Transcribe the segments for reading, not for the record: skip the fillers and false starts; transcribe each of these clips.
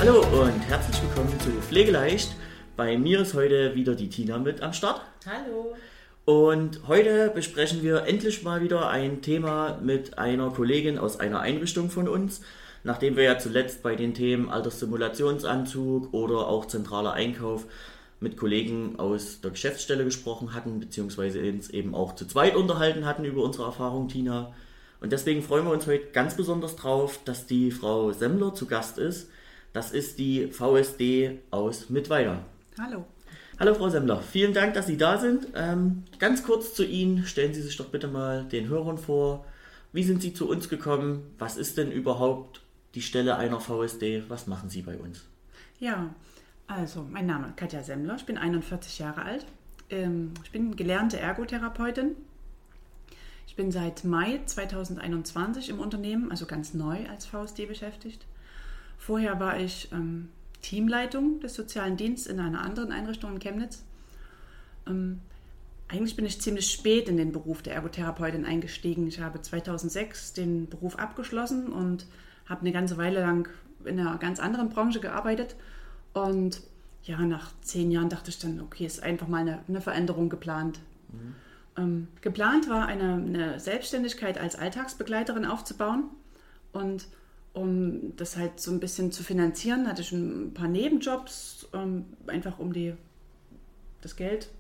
Hallo und herzlich willkommen zu Pflegeleicht. Bei mir ist heute wieder die Tina mit am Start. Hallo. Und heute besprechen wir endlich mal wieder ein Thema mit einer Kollegin aus einer Einrichtung von uns. Nachdem wir ja zuletzt bei den Themen Alterssimulationsanzug oder auch zentraler Einkauf mit Kollegen aus der Geschäftsstelle gesprochen hatten, beziehungsweise uns eben auch zu zweit unterhalten hatten über unsere Erfahrung, Tina. Und deswegen freuen wir uns heute ganz besonders drauf, dass die Frau Semmler zu Gast ist. Das ist die VSD aus Mittweida. Hallo. Hallo Frau Semmler, vielen Dank, dass Sie da sind. Ganz kurz zu Ihnen, stellen Sie sich doch bitte mal den Hörern vor. Wie sind Sie zu uns gekommen? Was ist denn überhaupt die Stelle einer VSD? Was machen Sie bei uns? Ja, also mein Name ist Katja Semmler, ich bin 41 Jahre alt. Ich bin gelernte Ergotherapeutin. Ich bin seit Mai 2021 im Unternehmen, also ganz neu als VSD beschäftigt. Vorher war ich Teamleitung des sozialen Dienstes in einer anderen Einrichtung in Chemnitz. Eigentlich bin ich ziemlich spät in den Beruf der Ergotherapeutin eingestiegen. Ich habe 2006 den Beruf abgeschlossen und habe eine ganze Weile lang in einer ganz anderen Branche gearbeitet. Und ja, nach 10 Jahren dachte ich dann, okay, ist einfach mal eine Veränderung geplant. Geplant war eine Selbstständigkeit als Alltagsbegleiterin aufzubauen. Und um das halt so ein bisschen zu finanzieren, hatte ich ein paar Nebenjobs, einfach um das Geld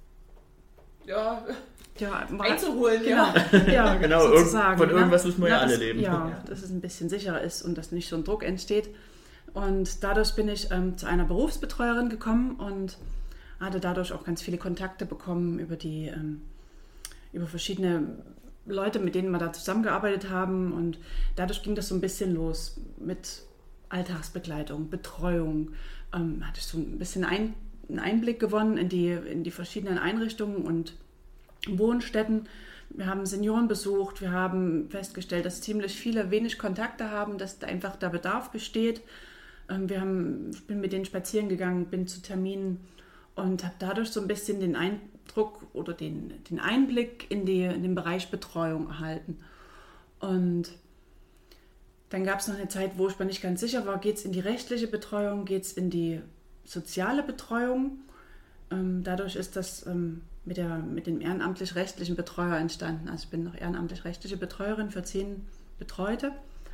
einzuholen. Genau, sozusagen, von irgendwas müssen wir ja alle leben. Ja, dass es ein bisschen sicherer ist und dass nicht so ein Druck entsteht. Und dadurch bin ich zu einer Berufsbetreuerin gekommen und hatte dadurch auch ganz viele Kontakte bekommen über verschiedene Leute, mit denen wir da zusammengearbeitet haben, und dadurch ging das so ein bisschen los mit Alltagsbegleitung, Betreuung. Hatte ich so ein bisschen einen Einblick gewonnen in die verschiedenen Einrichtungen und Wohnstätten. Wir haben Senioren besucht, wir haben festgestellt, dass ziemlich viele wenig Kontakte haben, dass da einfach der Bedarf besteht. Ich bin mit denen spazieren gegangen, bin zu Terminen und habe dadurch so ein bisschen den Eindruck oder den Einblick in den Bereich Betreuung erhalten. Und dann gab es noch eine Zeit, wo ich mir nicht ganz sicher war, geht es in die rechtliche Betreuung, geht es in die soziale Betreuung. Dadurch ist das mit dem ehrenamtlich-rechtlichen Betreuer entstanden. Also ich bin noch ehrenamtlich-rechtliche Betreuerin für 10 Betreute.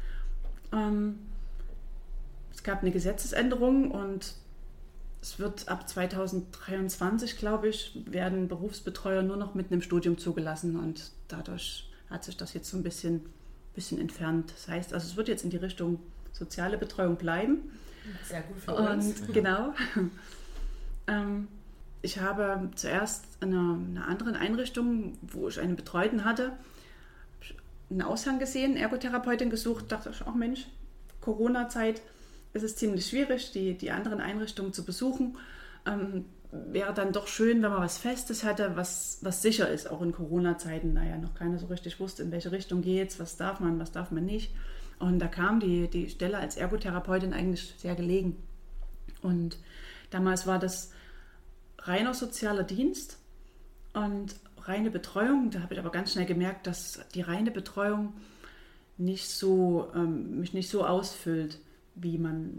Es gab eine Gesetzesänderung und es wird ab 2023, glaube ich, werden Berufsbetreuer nur noch mit einem Studium zugelassen, und dadurch hat sich das jetzt so ein bisschen entfernt. Das heißt, also es wird jetzt in die Richtung soziale Betreuung bleiben. Sehr gut für uns. Und genau. Ich habe zuerst in einer anderen Einrichtung, wo ich einen Betreuten hatte, einen Aushang gesehen, Ergotherapeutin gesucht, dachte ich, ach Mensch, Corona-Zeit, ist es ziemlich schwierig, die anderen Einrichtungen zu besuchen. Wäre dann doch schön, wenn man was Festes hätte, was sicher ist, auch in Corona-Zeiten, da ja noch keiner so richtig wusste, in welche Richtung geht's, was darf man nicht. Und da kam die Stelle als Ergotherapeutin eigentlich sehr gelegen. Und damals war das reiner sozialer Dienst und reine Betreuung. Da habe ich aber ganz schnell gemerkt, dass die reine Betreuung mich nicht so ausfüllt, wie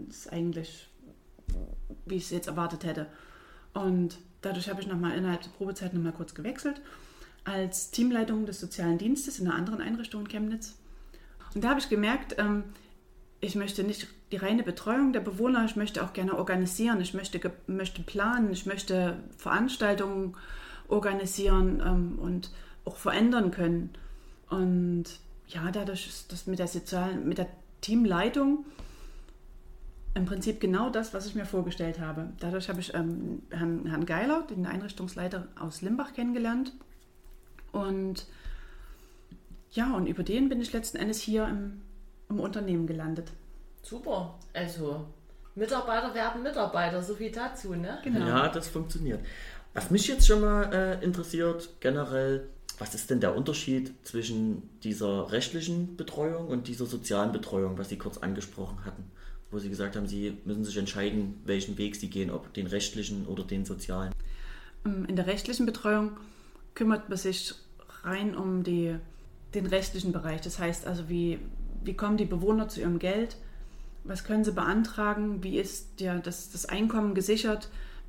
ich es jetzt erwartet hätte. Und dadurch habe ich innerhalb der Probezeit nochmal kurz gewechselt als Teamleitung des sozialen Dienstes in einer anderen Einrichtung in Chemnitz. Und da habe ich gemerkt, ich möchte nicht die reine Betreuung der Bewohner, ich möchte auch gerne organisieren, ich möchte planen, ich möchte Veranstaltungen organisieren und auch verändern können. Und ja, dadurch ist das mit der Teamleitung im Prinzip genau das, was ich mir vorgestellt habe. Dadurch habe ich Herrn Geiler, den Einrichtungsleiter aus Limbach, kennengelernt. Und ja, und über den bin ich letzten Endes hier im Unternehmen gelandet. Super, also Mitarbeiter werden Mitarbeiter, so viel dazu, ne? Genau. Ja, das funktioniert. Was mich jetzt schon mal interessiert, generell, was ist denn der Unterschied zwischen dieser rechtlichen Betreuung und dieser sozialen Betreuung, was Sie kurz angesprochen hatten, wo Sie gesagt haben, Sie müssen sich entscheiden, welchen Weg Sie gehen, ob den rechtlichen oder den sozialen? In der rechtlichen Betreuung kümmert man sich rein um den rechtlichen Bereich. Das heißt also, wie kommen die Bewohner zu ihrem Geld? was können sie beantragen, wie ist das Einkommen gesichert,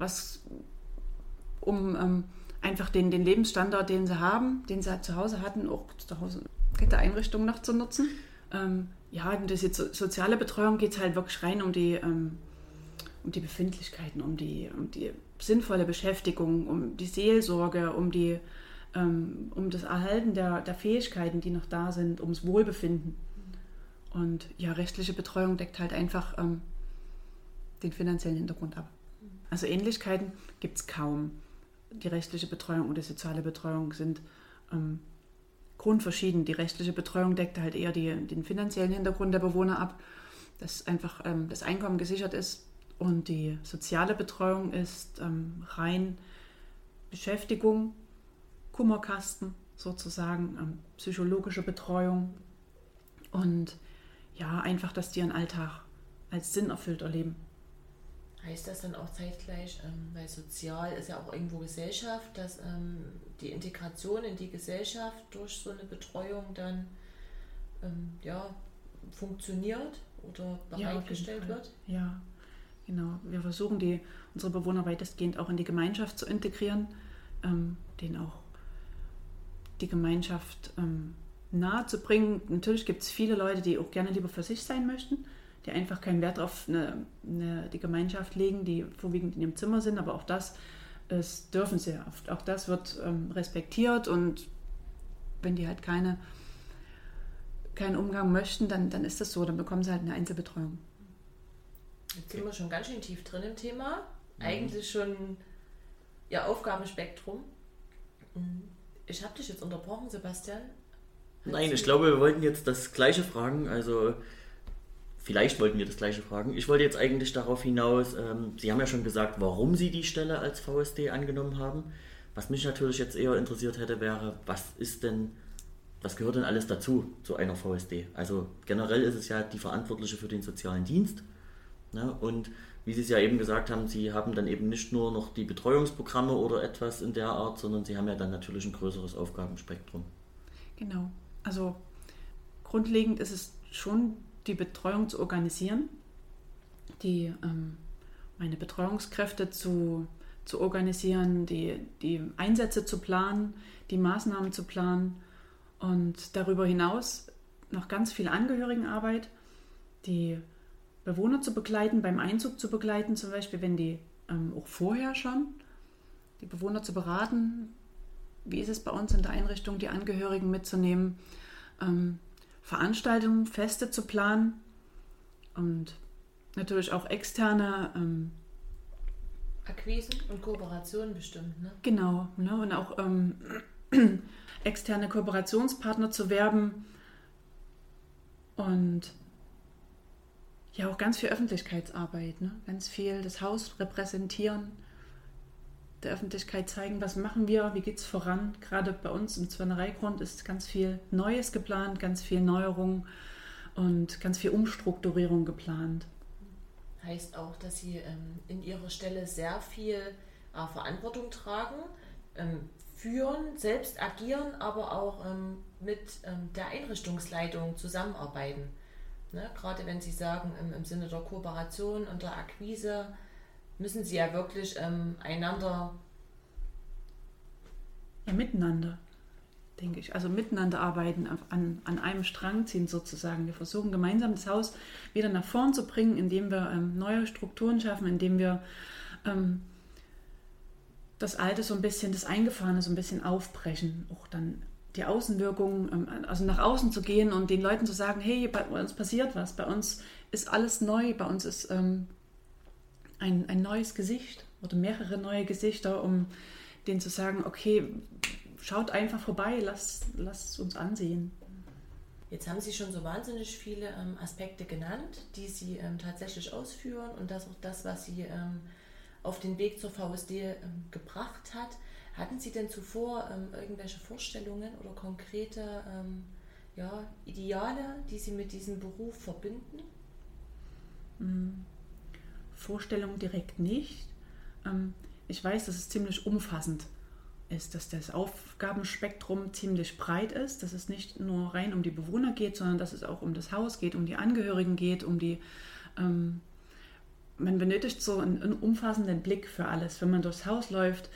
um einfach den Lebensstandard, den sie haben, den sie halt zu Hause hatten, auch zu Hause in der Einrichtung noch zu nutzen. In die soziale Betreuung geht es halt wirklich rein um die Befindlichkeiten, um die sinnvolle Beschäftigung, um die Seelsorge, um das Erhalten der Fähigkeiten, die noch da sind, ums Wohlbefinden. Und ja, rechtliche Betreuung deckt halt einfach den finanziellen Hintergrund ab. Also Ähnlichkeiten gibt es kaum. Die rechtliche Betreuung und die soziale Betreuung sind grundverschieden. Die rechtliche Betreuung deckt halt eher den finanziellen Hintergrund der Bewohner ab, dass einfach das Einkommen gesichert ist. Und die soziale Betreuung ist rein Beschäftigung, Kummerkasten sozusagen, psychologische Betreuung und ja, einfach, dass die ihren Alltag als sinnerfüllt erleben. Heißt das dann auch zeitgleich, weil sozial ist ja auch irgendwo Gesellschaft, dass die Integration in die Gesellschaft durch so eine Betreuung dann funktioniert oder bereitgestellt wird? Ja, genau. Wir versuchen unsere Bewohner weitestgehend auch in die Gemeinschaft zu integrieren, denen auch die Gemeinschaft nahe zu bringen. Natürlich gibt es viele Leute, die auch gerne lieber für sich sein möchten, die einfach keinen Wert auf die Gemeinschaft legen, die vorwiegend in ihrem Zimmer sind, aber auch das dürfen sie. Auch das wird respektiert und wenn die halt keinen Umgang möchten, dann ist das so, dann bekommen sie halt eine Einzelbetreuung. Jetzt sind wir schon ganz schön tief drin im Thema. Eigentlich schon Ihr Aufgabenspektrum. Ich habe dich jetzt unterbrochen, Sebastian. Nein, ich glaube, wir wollten jetzt das Gleiche fragen. Also vielleicht wollten wir das Gleiche fragen. Ich wollte jetzt eigentlich darauf hinaus, Sie haben ja schon gesagt, warum Sie die Stelle als VSD angenommen haben. Was mich natürlich jetzt eher interessiert hätte, wäre, was gehört denn alles dazu, zu einer VSD? Also generell ist es ja die Verantwortliche für den sozialen Dienst. Ne? Und wie Sie es ja eben gesagt haben, Sie haben dann eben nicht nur noch die Betreuungsprogramme oder etwas in der Art, sondern Sie haben ja dann natürlich ein größeres Aufgabenspektrum. Genau. Also grundlegend ist es schon die Betreuung zu organisieren, meine Betreuungskräfte zu organisieren, die Einsätze zu planen, die Maßnahmen zu planen und darüber hinaus noch ganz viel Angehörigenarbeit, die Bewohner zu begleiten, beim Einzug zu begleiten, zum Beispiel, wenn die auch vorher schon, die Bewohner zu beraten, wie ist es bei uns in der Einrichtung, die Angehörigen mitzunehmen, Veranstaltungen, Feste zu planen und natürlich auch externe Akquisen und Kooperationen bestimmt, ne? Genau, ne? Und auch externe Kooperationspartner zu werben und ja auch ganz viel Öffentlichkeitsarbeit, ne? Ganz viel das Haus repräsentieren, der Öffentlichkeit zeigen, was machen wir, wie geht es voran. Gerade bei uns im Zwirnereigrund ist ganz viel Neues geplant, ganz viel Neuerung und ganz viel Umstrukturierung geplant. Heißt auch, dass Sie in Ihrer Stelle sehr viel Verantwortung tragen, führen, selbst agieren, aber auch mit der Einrichtungsleitung zusammenarbeiten. Ne? Gerade wenn Sie sagen, im Sinne der Kooperation und der Akquise, müssen Sie ja wirklich einander... Ja, miteinander, denke ich. Also miteinander arbeiten, an einem Strang ziehen sozusagen. Wir versuchen gemeinsam das Haus wieder nach vorn zu bringen, indem wir neue Strukturen schaffen, indem wir das Alte so ein bisschen, das Eingefahrene so ein bisschen aufbrechen. Auch dann die Außenwirkung, also nach außen zu gehen und den Leuten zu sagen, hey, bei uns passiert was, bei uns ist alles neu, bei uns ist ein neues Gesicht oder mehrere neue Gesichter, um denen zu sagen, okay, schaut einfach vorbei, lasst uns ansehen. Jetzt haben Sie schon so wahnsinnig viele Aspekte genannt, die Sie tatsächlich ausführen und das auch das, was Sie auf den Weg zur VSD gebracht hat. Hatten Sie denn zuvor irgendwelche Vorstellungen oder konkrete Ideale, die Sie mit diesem Beruf verbinden? Vorstellung direkt nicht. Ich weiß, dass es ziemlich umfassend ist, dass das Aufgabenspektrum ziemlich breit ist, dass es nicht nur rein um die Bewohner geht, sondern dass es auch um das Haus geht, um die Angehörigen geht, um die Man benötigt so einen umfassenden Blick für alles. Wenn man durchs Haus läuft,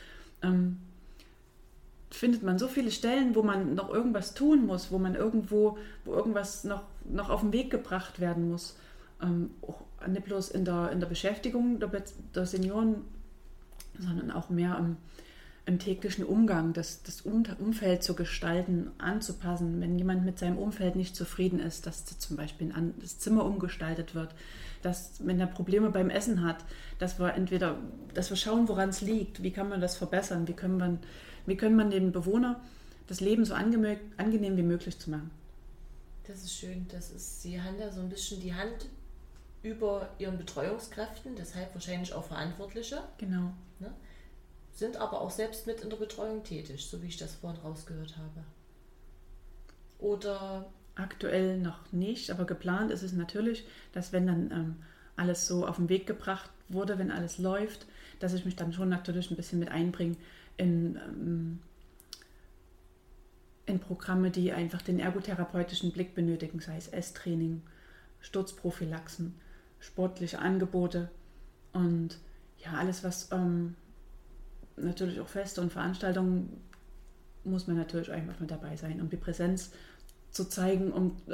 findet man so viele Stellen, wo man noch irgendwas tun muss, wo irgendwas noch auf den Weg gebracht werden muss. Auch nicht bloß in der Beschäftigung der Senioren, sondern auch mehr im täglichen Umgang, das Umfeld zu gestalten, anzupassen. Wenn jemand mit seinem Umfeld nicht zufrieden ist, dass zum Beispiel das Zimmer umgestaltet wird, dass, wenn er Probleme beim Essen hat, dass wir schauen, woran es liegt, wie kann man das verbessern, wie können man dem Bewohner das Leben so angenehm wie möglich zu machen. Das ist schön. Sie haben da so ein bisschen die Hand über ihren Betreuungskräften, deshalb wahrscheinlich auch Verantwortliche. Genau. Ne? Sind aber auch selbst mit in der Betreuung tätig, so wie ich das vorhin rausgehört habe. Oder? Aktuell noch nicht, aber geplant ist es natürlich, dass wenn dann alles so auf den Weg gebracht wurde, wenn alles läuft, dass ich mich dann schon natürlich ein bisschen mit einbringe in Programme, die einfach den ergotherapeutischen Blick benötigen, sei es Esstraining, Sturzprophylaxen, sportliche Angebote und ja, alles, was natürlich auch Feste und Veranstaltungen, muss man natürlich einfach mit dabei sein, um die Präsenz zu zeigen,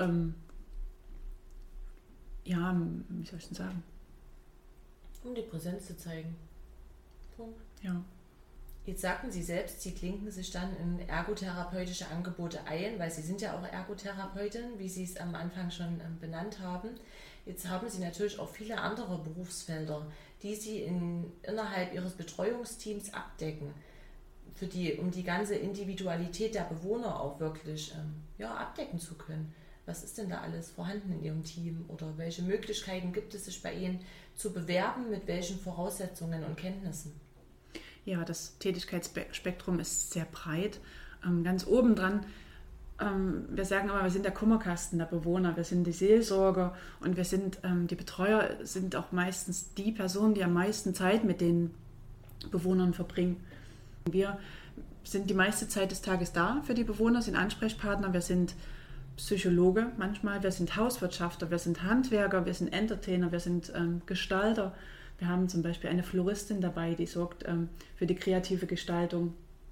wie soll ich denn sagen? Um die Präsenz zu zeigen. Punkt. Ja. Jetzt sagten Sie selbst, Sie klinken sich dann in ergotherapeutische Angebote ein, weil Sie sind ja auch Ergotherapeutin, wie Sie es am Anfang schon benannt haben. Jetzt haben Sie natürlich auch viele andere Berufsfelder, die Sie innerhalb Ihres Betreuungsteams abdecken, um die ganze Individualität der Bewohner auch wirklich abdecken zu können. Was ist denn da alles vorhanden in Ihrem Team oder welche Möglichkeiten gibt es, sich bei Ihnen zu bewerben, mit welchen Voraussetzungen und Kenntnissen? Ja, das Tätigkeitsspektrum ist sehr breit. Ganz oben dran, wir sagen immer, wir sind der Kummerkasten der Bewohner, wir sind die Seelsorger und die Betreuer sind auch meistens die Personen, die am meisten Zeit mit den Bewohnern verbringen. Wir sind die meiste Zeit des Tages da für die Bewohner, sind Ansprechpartner, wir sind Psychologe manchmal, wir sind Hauswirtschafter, wir sind Handwerker, wir sind Entertainer, wir sind Gestalter. Wir haben zum Beispiel eine Floristin dabei, die sorgt für die kreative Gestaltung.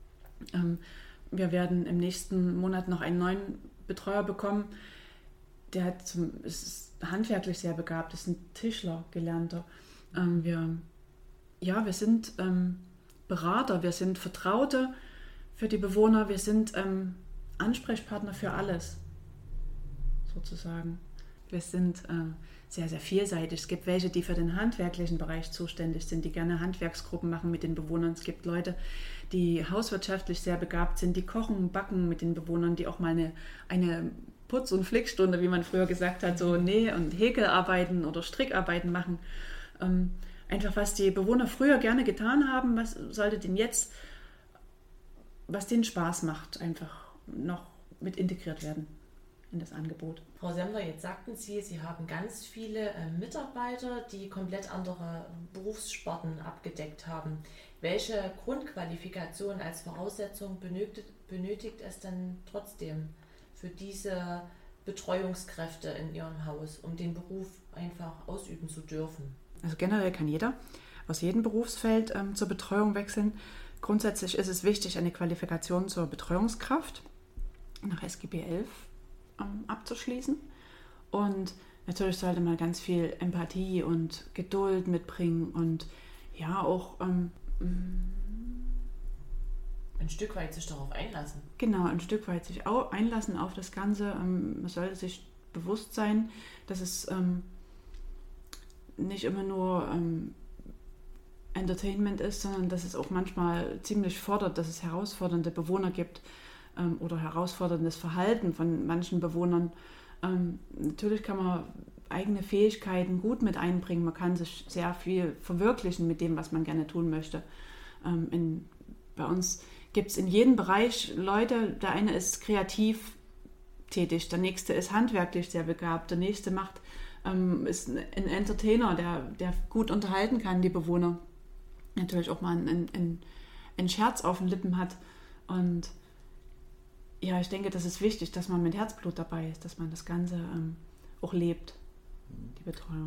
Wir werden im nächsten Monat noch einen neuen Betreuer bekommen. Der ist handwerklich sehr begabt, ist ein Tischler, Gelernter. Wir sind Berater, wir sind Vertraute für die Bewohner, wir sind Ansprechpartner für alles, sozusagen. Wir sind sehr, sehr vielseitig. Es gibt welche, die für den handwerklichen Bereich zuständig sind, die gerne Handwerksgruppen machen mit den Bewohnern. Es gibt Leute, die hauswirtschaftlich sehr begabt sind, die kochen, backen mit den Bewohnern, die auch mal eine Putz- und Flickstunde, wie man früher gesagt hat, so Näh- und Häkelarbeiten oder Strickarbeiten machen. Einfach, was die Bewohner früher gerne getan haben, was sollte denn jetzt, was denen Spaß macht, einfach noch mit integriert werden in das Angebot. Frau Semmler, jetzt sagten Sie, Sie haben ganz viele Mitarbeiter, die komplett andere Berufssparten abgedeckt haben. Welche Grundqualifikation als Voraussetzung benötigt es denn trotzdem für diese Betreuungskräfte in Ihrem Haus, um den Beruf einfach ausüben zu dürfen? Also generell kann jeder aus jedem Berufsfeld zur Betreuung wechseln. Grundsätzlich ist es wichtig, eine Qualifikation zur Betreuungskraft nach SGB 11 abzuschließen. Und natürlich sollte man ganz viel Empathie und Geduld mitbringen und ja auch ein Stück weit sich darauf einlassen. Genau, ein Stück weit sich einlassen auf das Ganze. Man sollte sich bewusst sein, dass es nicht immer nur Entertainment ist, sondern dass es auch manchmal ziemlich fordert, dass es herausfordernde Bewohner gibt oder herausforderndes Verhalten von manchen Bewohnern. Natürlich kann man eigene Fähigkeiten gut mit einbringen, man kann sich sehr viel verwirklichen mit dem, was man gerne tun möchte. Bei uns gibt es in jedem Bereich Leute, der eine ist kreativ tätig, der nächste ist handwerklich sehr begabt, der nächste ist ein Entertainer, der gut unterhalten kann, die Bewohner. Natürlich auch mal einen Scherz auf den Lippen hat. Und ja, ich denke, das ist wichtig, dass man mit Herzblut dabei ist, dass man das Ganze auch lebt, die Betreuung.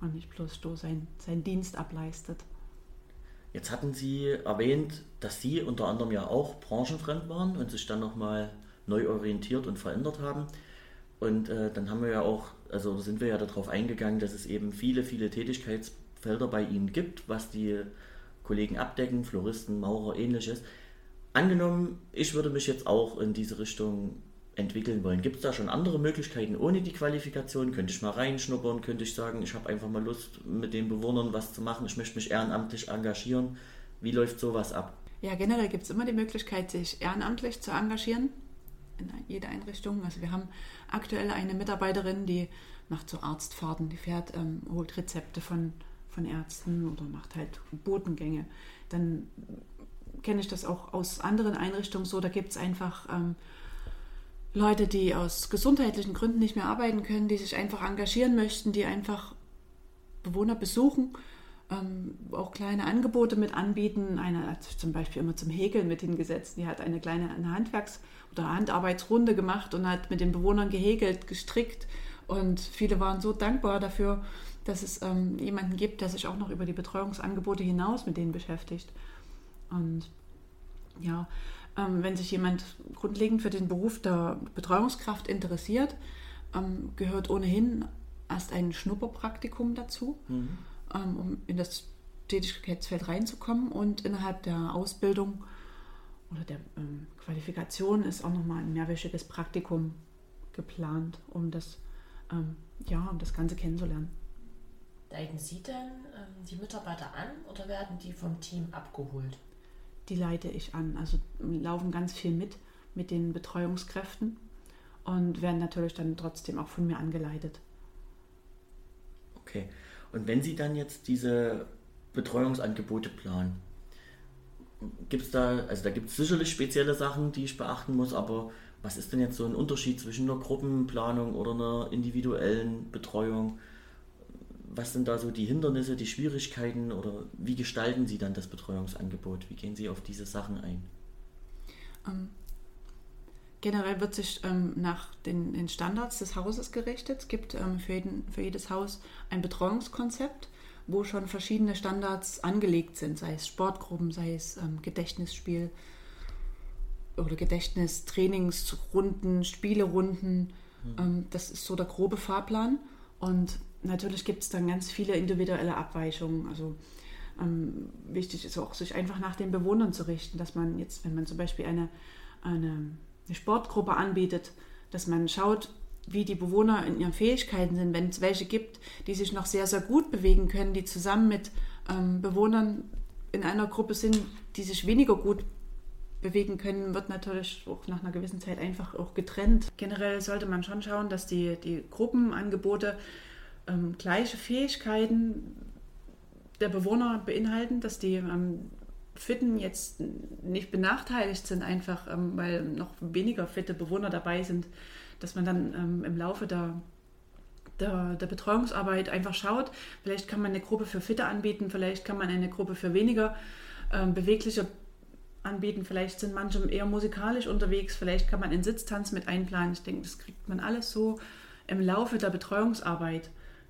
und nicht bloß so seinen Dienst ableistet. Jetzt hatten Sie erwähnt, dass Sie unter anderem ja auch branchenfremd waren und sich dann nochmal neu orientiert und verändert haben. Und dann haben wir ja auch, also sind wir ja darauf eingegangen, dass es eben viele, viele Tätigkeitsfelder bei Ihnen gibt, was die Kollegen abdecken, Floristen, Maurer, ähnliches. Angenommen, ich würde mich jetzt auch in diese Richtung entwickeln wollen. Gibt es da schon andere Möglichkeiten ohne die Qualifikation? Könnte ich mal reinschnuppern? Könnte ich sagen, ich habe einfach mal Lust, mit den Bewohnern was zu machen? Ich möchte mich ehrenamtlich engagieren. Wie läuft sowas ab? Ja, generell gibt es immer die Möglichkeit, sich ehrenamtlich zu engagieren in jeder Einrichtung. Also wir haben aktuell eine Mitarbeiterin, die macht so Arztfahrten, die fährt, holt Rezepte von Ärzten oder macht halt Botengänge. Dann kenne ich das auch aus anderen Einrichtungen so, da gibt es einfach Leute, die aus gesundheitlichen Gründen nicht mehr arbeiten können, die sich einfach engagieren möchten, die einfach Bewohner besuchen, auch kleine Angebote mit anbieten. Eine hat sich zum Beispiel immer zum Häkeln mit hingesetzt, die hat eine kleine Handwerks- oder Handarbeitsrunde gemacht und hat mit den Bewohnern gehäkelt, gestrickt und viele waren so dankbar dafür, dass es jemanden gibt, der sich auch noch über die Betreuungsangebote hinaus mit denen beschäftigt. Und ja, wenn sich jemand grundlegend für den Beruf der Betreuungskraft interessiert, gehört ohnehin erst ein Schnupperpraktikum dazu, um in das Tätigkeitsfeld reinzukommen. Und innerhalb der Ausbildung oder der Qualifikation ist auch nochmal ein mehrwöchiges Praktikum geplant, um das Ganze kennenzulernen. Leiten Sie dann die Mitarbeiter an oder werden die vom Team abgeholt? Die leite ich an. Also laufen ganz viel mit den Betreuungskräften und werden natürlich dann trotzdem auch von mir angeleitet. Okay. Und wenn Sie dann jetzt diese Betreuungsangebote planen, gibt es da gibt es sicherlich spezielle Sachen, die ich beachten muss, aber was ist denn jetzt so ein Unterschied zwischen einer Gruppenplanung oder einer individuellen Betreuung? Was sind da so die Hindernisse, die Schwierigkeiten oder wie gestalten Sie dann das Betreuungsangebot? Wie gehen Sie auf diese Sachen ein? Generell wird sich nach den Standards des Hauses gerichtet. Es gibt für jedes Haus ein Betreuungskonzept, wo schon verschiedene Standards angelegt sind, sei es Sportgruppen, sei es Gedächtnisspiel oder Gedächtnistrainingsrunden, Spielerunden. Das ist so der grobe Fahrplan. Und natürlich gibt es dann ganz viele individuelle Abweichungen. Also wichtig ist auch, sich einfach nach den Bewohnern zu richten, dass man jetzt, wenn man zum Beispiel eine Sportgruppe anbietet, dass man schaut, wie die Bewohner in ihren Fähigkeiten sind. Wenn es welche gibt, die sich noch sehr, sehr gut bewegen können, die zusammen mit Bewohnern in einer Gruppe sind, die sich weniger gut bewegen können, wird natürlich auch nach einer gewissen Zeit einfach auch getrennt. Generell sollte man schon schauen, dass die Gruppenangebote gleiche Fähigkeiten der Bewohner beinhalten, dass die Fitten jetzt nicht benachteiligt sind, einfach weil noch weniger fitte Bewohner dabei sind, dass man dann im Laufe der Betreuungsarbeit einfach schaut, vielleicht kann man eine Gruppe für Fitte anbieten, vielleicht kann man eine Gruppe für weniger bewegliche anbieten, vielleicht sind manche eher musikalisch unterwegs, vielleicht kann man einen Sitztanz mit einplanen. Ich denke, das kriegt man alles so im Laufe der Betreuungsarbeit,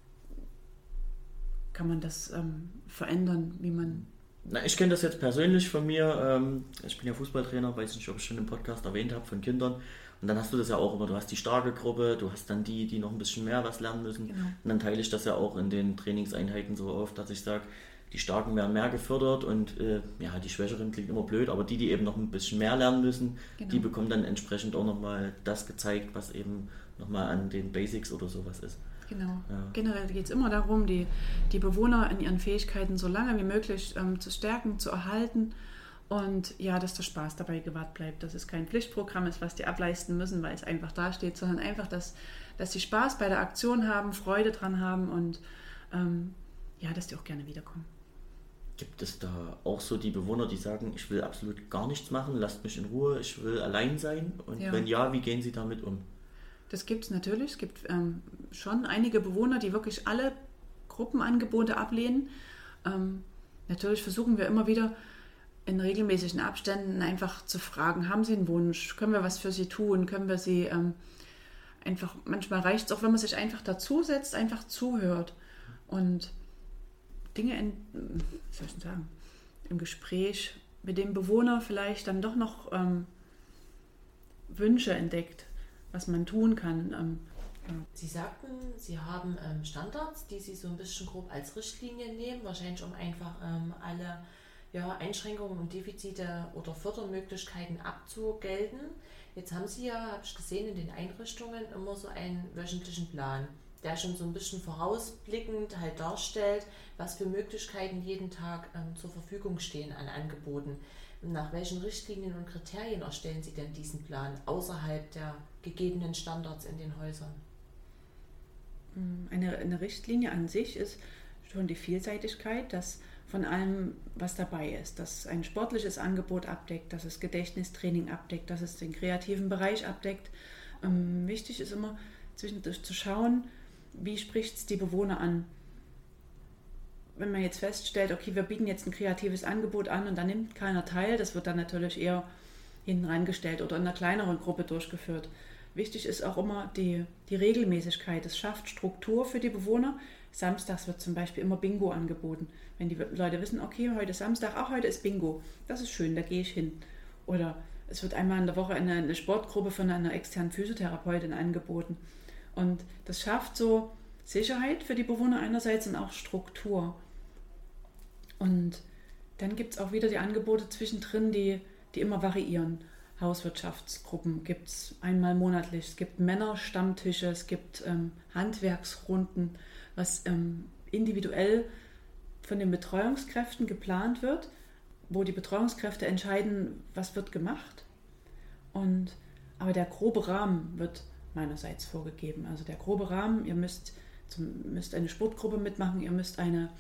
kann man das verändern, wie man... Na, ich kenne das jetzt persönlich von mir. Ich bin ja Fußballtrainer, weiß nicht, ob ich schon im Podcast erwähnt habe, von Kindern. Und dann hast du das ja auch immer, du hast die starke Gruppe, du hast dann die noch ein bisschen mehr was lernen müssen. Genau. Und dann teile ich das ja auch in den Trainingseinheiten so auf, dass ich sage, die Starken werden mehr gefördert und die Schwächeren klingt immer blöd, aber die eben noch ein bisschen mehr lernen müssen, Genau. Die bekommen dann entsprechend auch nochmal das gezeigt, was eben nochmal an den Basics oder sowas ist. Genau. Ja. Generell geht es immer darum, die Bewohner in ihren Fähigkeiten so lange wie möglich zu stärken, zu erhalten und ja, dass der Spaß dabei gewahrt bleibt, dass es kein Pflichtprogramm ist, was die ableisten müssen, weil es einfach dasteht, sondern einfach, dass sie Spaß bei der Aktion haben, Freude dran haben und dass die auch gerne wiederkommen. Gibt es da auch so die Bewohner, die sagen, ich will absolut gar nichts machen, lasst mich in Ruhe, ich will allein sein? Und wenn ja, wie gehen Sie damit um? Das gibt es natürlich. Es gibt schon einige Bewohner, die wirklich alle Gruppenangebote ablehnen. Natürlich versuchen wir immer wieder in regelmäßigen Abständen einfach zu fragen, haben Sie einen Wunsch? Können wir was für Sie tun? Können wir Sie einfach, manchmal reicht es auch, wenn man sich einfach dazusetzt, einfach zuhört und Dinge im Gespräch mit dem Bewohner vielleicht dann doch noch Wünsche entdeckt, was man tun kann. Sie sagten, Sie haben Standards, die Sie so ein bisschen grob als Richtlinie nehmen, wahrscheinlich um einfach alle Einschränkungen und Defizite oder Fördermöglichkeiten abzugelten. Jetzt haben Sie ja, habe ich gesehen, in den Einrichtungen immer so einen wöchentlichen Plan, der schon so ein bisschen vorausblickend halt darstellt, was für Möglichkeiten jeden Tag zur Verfügung stehen an Angeboten. Nach welchen Richtlinien und Kriterien erstellen Sie denn diesen Plan außerhalb der gegebenen Standards in den Häusern? Eine Richtlinie an sich ist schon die Vielseitigkeit, dass von allem, was dabei ist, dass ein sportliches Angebot abdeckt, dass es Gedächtnistraining abdeckt, dass es den kreativen Bereich abdeckt. Wichtig ist immer zwischendurch zu schauen, wie spricht es die Bewohner an. Wenn man jetzt feststellt, okay, wir bieten jetzt ein kreatives Angebot an und da nimmt keiner teil, das wird dann natürlich eher hinten rangestellt oder in einer kleineren Gruppe durchgeführt. Wichtig ist auch immer die Regelmäßigkeit. Es schafft Struktur für die Bewohner. Samstags wird zum Beispiel immer Bingo angeboten. Wenn die Leute wissen, okay, heute ist Samstag, auch heute ist Bingo. Das ist schön, da gehe ich hin. Oder es wird einmal in der Woche eine Sportgruppe von einer externen Physiotherapeutin angeboten. Und das schafft so Sicherheit für die Bewohner einerseits und auch Struktur. Und dann gibt es auch wieder die Angebote zwischendrin, die immer variieren. Hauswirtschaftsgruppen gibt es einmal monatlich, es gibt Männerstammtische, es gibt Handwerksrunden, was individuell von den Betreuungskräften geplant wird, wo die Betreuungskräfte entscheiden, was wird gemacht. Aber der grobe Rahmen wird meinerseits vorgegeben. Also der grobe Rahmen, ihr müsst eine Sportgruppe mitmachen, ihr müsst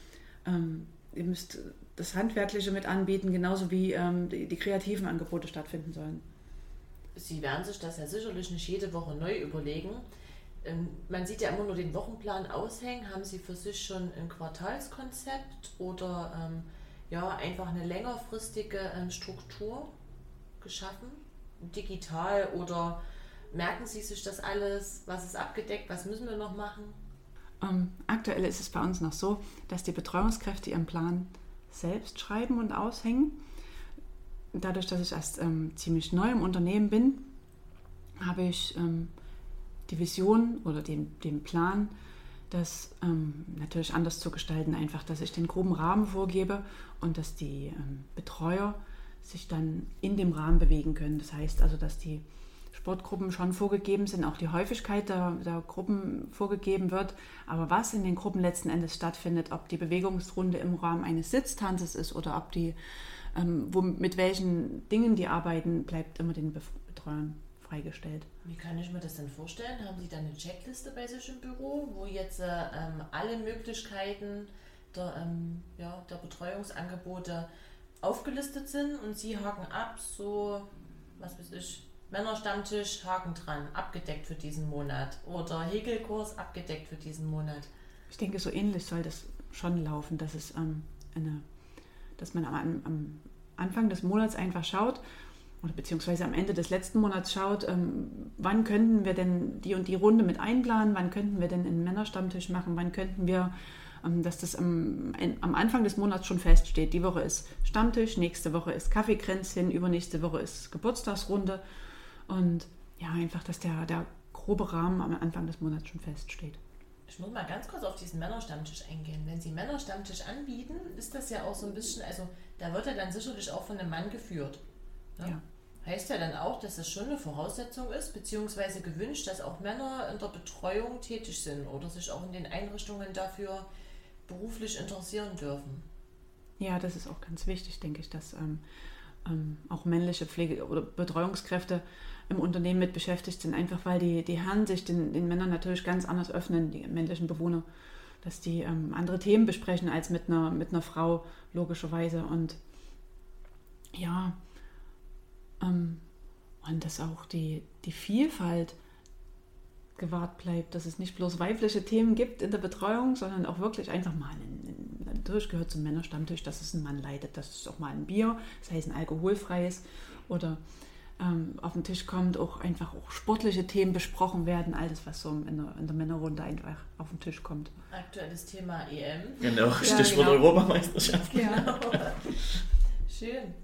das Handwerkliche mit anbieten, genauso wie die kreativen Angebote stattfinden sollen. Sie werden sich das ja sicherlich nicht jede Woche neu überlegen. Man sieht ja immer nur den Wochenplan aushängen. Haben Sie für sich schon ein Quartalskonzept oder einfach eine längerfristige Struktur geschaffen? Digital, oder merken Sie sich das alles? Was ist abgedeckt? Was müssen wir noch machen? Aktuell ist es bei uns noch so, dass die Betreuungskräfte ihren Plan selbst schreiben und aushängen. Dadurch, dass ich erst ziemlich neu im Unternehmen bin, habe ich die Vision oder den Plan, das natürlich anders zu gestalten. Einfach, dass ich den groben Rahmen vorgebe und dass die Betreuer sich dann in dem Rahmen bewegen können. Das heißt also, dass die Sportgruppen schon vorgegeben sind, auch die Häufigkeit der Gruppen vorgegeben wird. Aber was in den Gruppen letzten Endes stattfindet, ob die Bewegungsrunde im Rahmen eines Sitztanzes ist oder ob die mit welchen Dingen die arbeiten, bleibt immer den Betreuern freigestellt. Wie kann ich mir das denn vorstellen? Haben Sie da eine Checkliste bei sich im Büro, wo jetzt alle Möglichkeiten der Betreuungsangebote aufgelistet sind und Sie haken ab, so, was weiß ich, Männerstammtisch, Haken dran, abgedeckt für diesen Monat, oder Häkelkurs abgedeckt für diesen Monat? Ich denke, so ähnlich soll das schon laufen, dass es dass man am Anfang des Monats einfach schaut, oder beziehungsweise am Ende des letzten Monats schaut, wann könnten wir denn die und die Runde mit einplanen, wann könnten wir denn einen Männerstammtisch machen, wann könnten wir, dass das am Anfang des Monats schon feststeht. Die Woche ist Stammtisch, nächste Woche ist Kaffeekränzchen, übernächste Woche ist Geburtstagsrunde und ja, einfach, dass der grobe Rahmen am Anfang des Monats schon feststeht. Ich muss mal ganz kurz auf diesen Männerstammtisch eingehen. Wenn Sie Männerstammtisch anbieten, ist das ja auch so ein bisschen, also da wird er dann sicherlich auch von einem Mann geführt. Ne? Ja. Heißt ja dann auch, dass das schon eine Voraussetzung ist, beziehungsweise gewünscht, dass auch Männer in der Betreuung tätig sind oder sich auch in den Einrichtungen dafür beruflich interessieren dürfen. Ja, das ist auch ganz wichtig, denke ich, dass auch männliche Pflege- oder Betreuungskräfte im Unternehmen mit beschäftigt sind, einfach weil die Herren sich den Männern natürlich ganz anders öffnen, die männlichen Bewohner, dass die andere Themen besprechen als mit einer Frau, logischerweise. Und ja, und dass auch die Vielfalt gewahrt bleibt, dass es nicht bloß weibliche Themen gibt in der Betreuung, sondern auch wirklich einfach mal natürlich gehört zum Männerstammtisch, dass es ein Mann leitet, dass es auch mal ein Bier, das heißt ein alkoholfreies oder auf den Tisch kommt, auch einfach auch sportliche Themen besprochen werden, alles, was so in der Männerrunde einfach auf den Tisch kommt. Aktuelles Thema EM. Genau, Stichwort Europameisterschaft. Ja. Schön.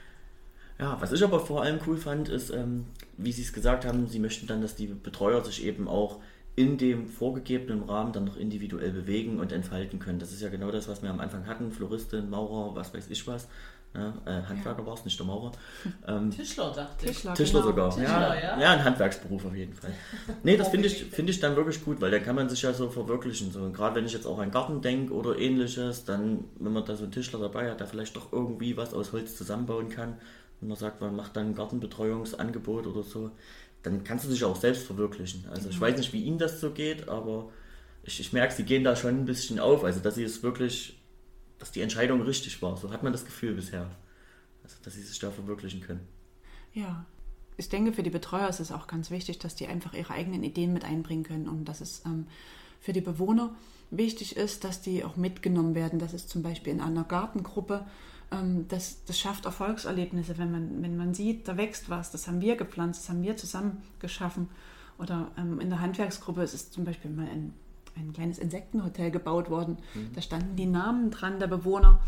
Ja, was ich aber vor allem cool fand, ist, wie Sie es gesagt haben, Sie möchten dann, dass die Betreuer sich eben auch in dem vorgegebenen Rahmen dann noch individuell bewegen und entfalten können. Das ist ja genau das, was wir am Anfang hatten, Floristin, Maurer, was weiß ich was. Ja, Handwerker war es, nicht der Maurer. Tischler, dachte ich. Tischler genau. sogar. Tischler, ja. Ein Handwerksberuf auf jeden Fall. Nee, das finde ich dann wirklich gut, weil dann kann man sich ja so verwirklichen. So, gerade wenn ich jetzt auch an Garten denke oder ähnliches, dann, wenn man da so einen Tischler dabei hat, der vielleicht doch irgendwie was aus Holz zusammenbauen kann, und man sagt, man macht dann ein Gartenbetreuungsangebot oder so, dann kannst du dich auch selbst verwirklichen. Also ich weiß nicht, wie Ihnen das so geht, aber ich merke, Sie gehen da schon ein bisschen auf, also dass Sie es wirklich, dass die Entscheidung richtig war. So hat man das Gefühl bisher, also dass Sie sich da verwirklichen können. Ja, ich denke, für die Betreuer ist es auch ganz wichtig, dass die einfach ihre eigenen Ideen mit einbringen können und dass es für die Bewohner wichtig ist, dass die auch mitgenommen werden. Das ist zum Beispiel in einer Gartengruppe, das schafft Erfolgserlebnisse, wenn man sieht, da wächst was, das haben wir gepflanzt, das haben wir zusammen geschaffen. Oder in der Handwerksgruppe ist es zum Beispiel mal ein kleines Insektenhotel gebaut worden. Da standen die Namen dran der Bewohner,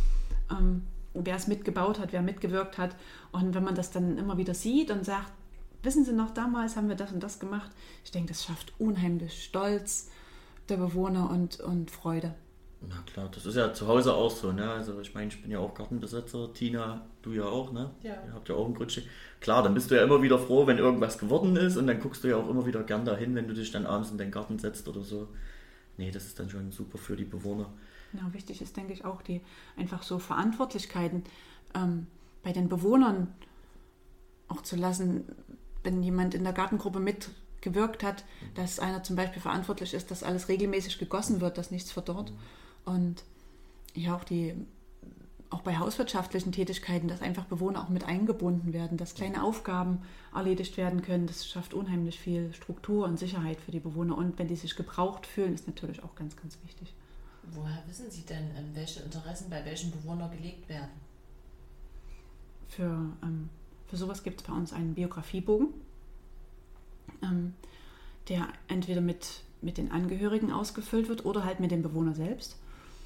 wer es mitgebaut hat, wer mitgewirkt hat. Und wenn man das dann immer wieder sieht und sagt, wissen Sie noch, damals haben wir das und das gemacht, ich denke, das schafft unheimlich Stolz der Bewohner und Freude. Na klar, das ist ja zu Hause auch so, ne? Also ich meine, ich bin ja auch Gartenbesitzer, Tina, du ja auch, ne? Ja. Ihr habt ja auch ein Grundstück. Klar, dann bist du ja immer wieder froh, wenn irgendwas geworden ist und dann guckst du ja auch immer wieder gern dahin, wenn du dich dann abends in den Garten setzt oder so. Nee, das ist dann schon super für die Bewohner. Genau, wichtig ist, denke ich, auch die einfach so Verantwortlichkeiten bei den Bewohnern auch zu lassen, wenn jemand in der Gartengruppe mitgewirkt hat, dass einer zum Beispiel verantwortlich ist, dass alles regelmäßig gegossen wird, dass nichts verdorrt. Und ja, auch bei hauswirtschaftlichen Tätigkeiten, dass einfach Bewohner auch mit eingebunden werden, dass kleine Aufgaben erledigt werden können. Das schafft unheimlich viel Struktur und Sicherheit für die Bewohner. Und wenn die sich gebraucht fühlen, ist natürlich auch ganz, ganz wichtig. Woher wissen Sie denn, welche Interessen bei welchen Bewohnern gelegt werden? Für sowas gibt es bei uns einen Biografiebogen, der entweder mit den Angehörigen ausgefüllt wird oder halt mit dem Bewohner selbst.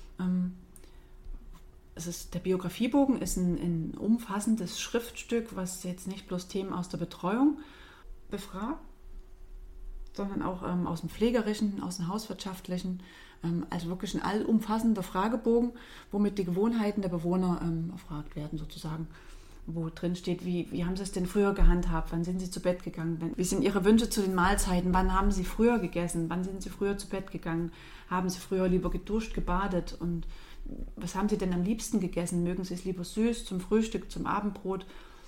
Der Biografiebogen ist ein umfassendes Schriftstück, was jetzt nicht bloß Themen aus der Betreuung befragt, sondern auch aus dem Pflegerischen, aus dem Hauswirtschaftlichen, also wirklich ein allumfassender Fragebogen, womit die Gewohnheiten der Bewohner erfragt werden sozusagen. Wo drin steht, wie haben Sie es denn früher gehandhabt, wann sind Sie zu Bett gegangen, wie sind Ihre Wünsche zu den Mahlzeiten, wann haben Sie früher gegessen, wann sind Sie früher zu Bett gegangen, haben Sie früher lieber geduscht, gebadet und was haben Sie denn am liebsten gegessen, mögen Sie es lieber süß zum Frühstück, zum Abendbrot.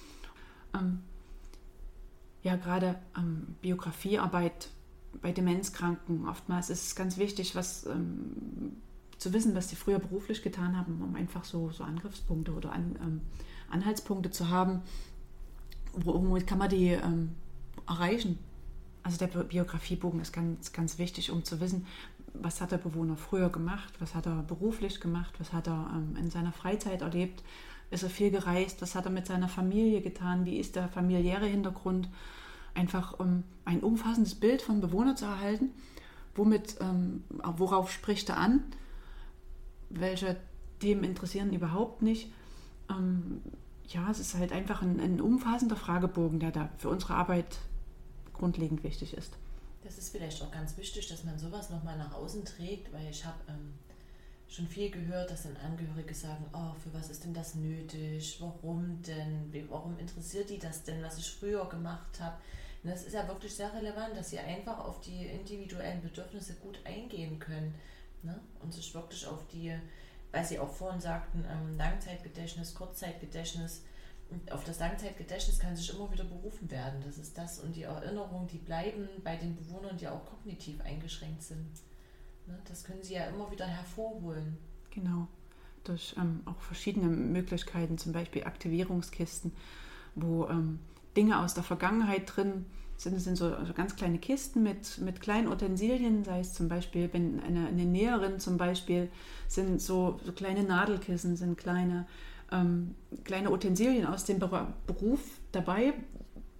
Ja, gerade Biografiearbeit bei Demenzkranken, oftmals ist es ganz wichtig, zu wissen, was sie früher beruflich getan haben, um einfach so Angriffspunkte oder Anhaltspunkte zu haben, womit kann man die erreichen. Also der Biografiebogen ist ganz, ganz wichtig, um zu wissen, was hat der Bewohner früher gemacht, was hat er beruflich gemacht, was hat er in seiner Freizeit erlebt, ist er viel gereist, was hat er mit seiner Familie getan, wie ist der familiäre Hintergrund, einfach ein umfassendes Bild von Bewohner zu erhalten, worauf spricht er an, welche Themen interessieren ihn überhaupt nicht. Es ist halt einfach ein umfassender Fragebogen, der da für unsere Arbeit grundlegend wichtig ist. Das ist vielleicht auch ganz wichtig, dass man sowas nochmal nach außen trägt, weil ich habe schon viel gehört, dass dann Angehörige sagen, für was ist denn das nötig, warum denn, warum interessiert die das denn, was ich früher gemacht habe. Und das ist ja wirklich sehr relevant, dass sie einfach auf die individuellen Bedürfnisse gut eingehen können, ne? Und sich wirklich auf die, weil Sie auch vorhin sagten, Langzeitgedächtnis, Kurzzeitgedächtnis, auf das Langzeitgedächtnis kann sich immer wieder berufen werden. Das ist das und die Erinnerungen, die bleiben bei den Bewohnern, die auch kognitiv eingeschränkt sind. Ne? Das können Sie ja immer wieder hervorholen. Genau, durch auch verschiedene Möglichkeiten, zum Beispiel Aktivierungskisten, wo Dinge aus der Vergangenheit drin sind. Es sind so ganz kleine Kisten mit kleinen Utensilien, sei es zum Beispiel, wenn eine Näherin zum Beispiel, sind so kleine Nadelkissen, sind kleine Utensilien aus dem Beruf dabei,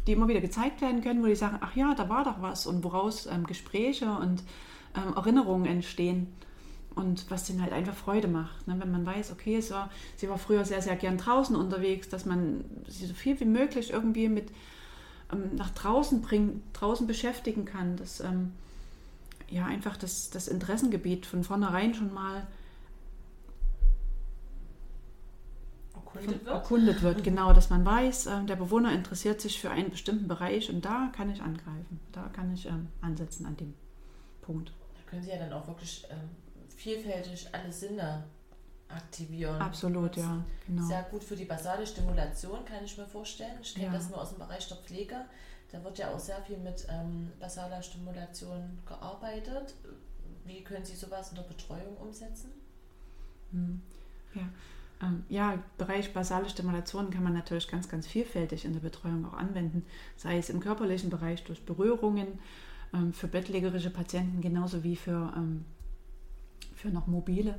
die immer wieder gezeigt werden können, wo die sagen, ach ja, da war doch was und woraus Gespräche und Erinnerungen entstehen. Und was denen halt einfach Freude macht, ne? Wenn man weiß, okay, sie war früher sehr, sehr gern draußen unterwegs, dass man sie so viel wie möglich irgendwie mit nach draußen bringen, draußen beschäftigen kann, dass einfach das Interessengebiet von vornherein schon mal erkundet wird. Genau, dass man weiß, der Bewohner interessiert sich für einen bestimmten Bereich und da kann ich angreifen, da kann ich ansetzen an dem Punkt. Da können Sie ja dann auch wirklich vielfältig alle Sinne aktivieren. Absolut, ja. Genau. Sehr gut für die basale Stimulation, kann ich mir vorstellen. Ich kenne das nur aus dem Bereich der Pflege. Da wird ja auch sehr viel mit basaler Stimulation gearbeitet. Wie können Sie sowas in der Betreuung umsetzen? Bereich basale Stimulation kann man natürlich ganz, ganz vielfältig in der Betreuung auch anwenden. Sei es im körperlichen Bereich durch Berührungen, für bettlägerische Patienten genauso wie für noch mobile.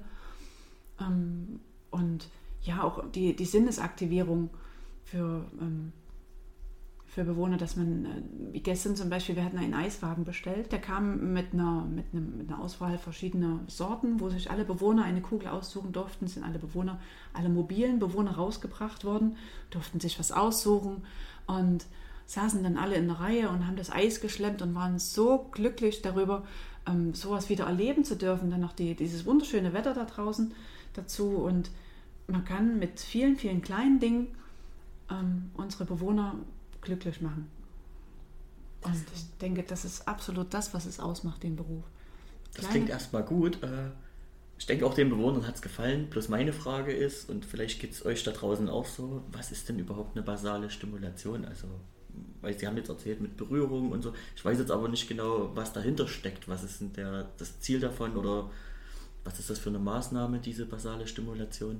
Und ja, auch die Sinnesaktivierung für Bewohner, dass man, wie gestern zum Beispiel, wir hatten einen Eiswagen bestellt, der kam mit einer Auswahl verschiedener Sorten, wo sich alle Bewohner eine Kugel aussuchen durften, sind alle mobilen Bewohner rausgebracht worden, durften sich was aussuchen und saßen dann alle in der Reihe und haben das Eis geschlemmt und waren so glücklich darüber, sowas wieder erleben zu dürfen, dann noch dieses wunderschöne Wetter da draußen dazu und man kann mit vielen, vielen kleinen Dingen unsere Bewohner glücklich machen. Und ich denke, das ist absolut das, was es ausmacht, den Beruf. Das klingt erstmal gut. Ich denke, auch den Bewohnern hat es gefallen. Bloß meine Frage ist, und vielleicht geht es euch da draußen auch so, was ist denn überhaupt eine basale Stimulation? Also, weil Sie haben jetzt erzählt mit Berührung und so. Ich weiß jetzt aber nicht genau, was dahinter steckt. Was ist denn das Ziel davon oder was ist das für eine Maßnahme, diese basale Stimulation?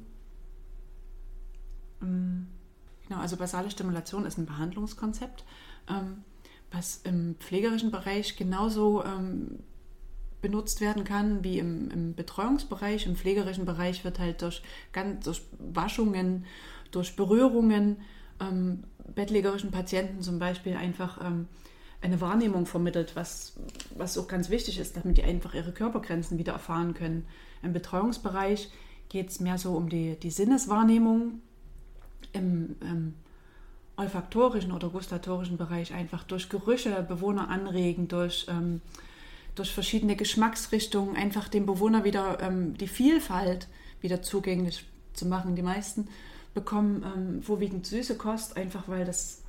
Genau, also basale Stimulation ist ein Behandlungskonzept, was im pflegerischen Bereich genauso benutzt werden kann wie im Betreuungsbereich. Im pflegerischen Bereich wird halt durch Waschungen, durch Berührungen bettlägerischen Patienten zum Beispiel einfach eine Wahrnehmung vermittelt, was auch ganz wichtig ist, damit die einfach ihre Körpergrenzen wieder erfahren können. Im Betreuungsbereich geht es mehr so um die Sinneswahrnehmung, im olfaktorischen oder gustatorischen Bereich einfach durch Gerüche Bewohner anregen, durch verschiedene Geschmacksrichtungen einfach dem Bewohner wieder die Vielfalt wieder zugänglich zu machen. Die meisten bekommen vorwiegend süße Kost, einfach weil es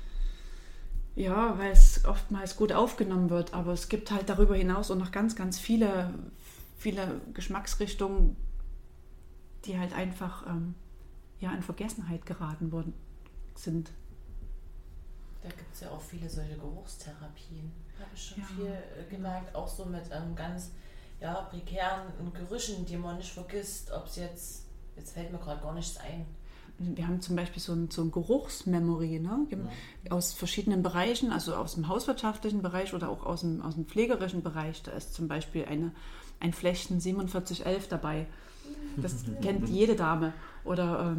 oftmals gut aufgenommen wird. Aber es gibt halt darüber hinaus auch noch ganz, ganz viele Geschmacksrichtungen, die halt einfach in Vergessenheit geraten worden sind. Da gibt es ja auch viele solche Geruchstherapien. Habe ich schon viel gemerkt, auch so mit ganz prekären Gerüchen, die man nicht vergisst, ob es jetzt fällt mir gerade gar nichts ein. Wir haben zum Beispiel so ein Geruchsmemory, ne? Aus verschiedenen Bereichen, also aus dem hauswirtschaftlichen Bereich oder auch aus dem pflegerischen Bereich. Da ist zum Beispiel ein Flechten 4711 dabei. Das kennt jede Dame. Oder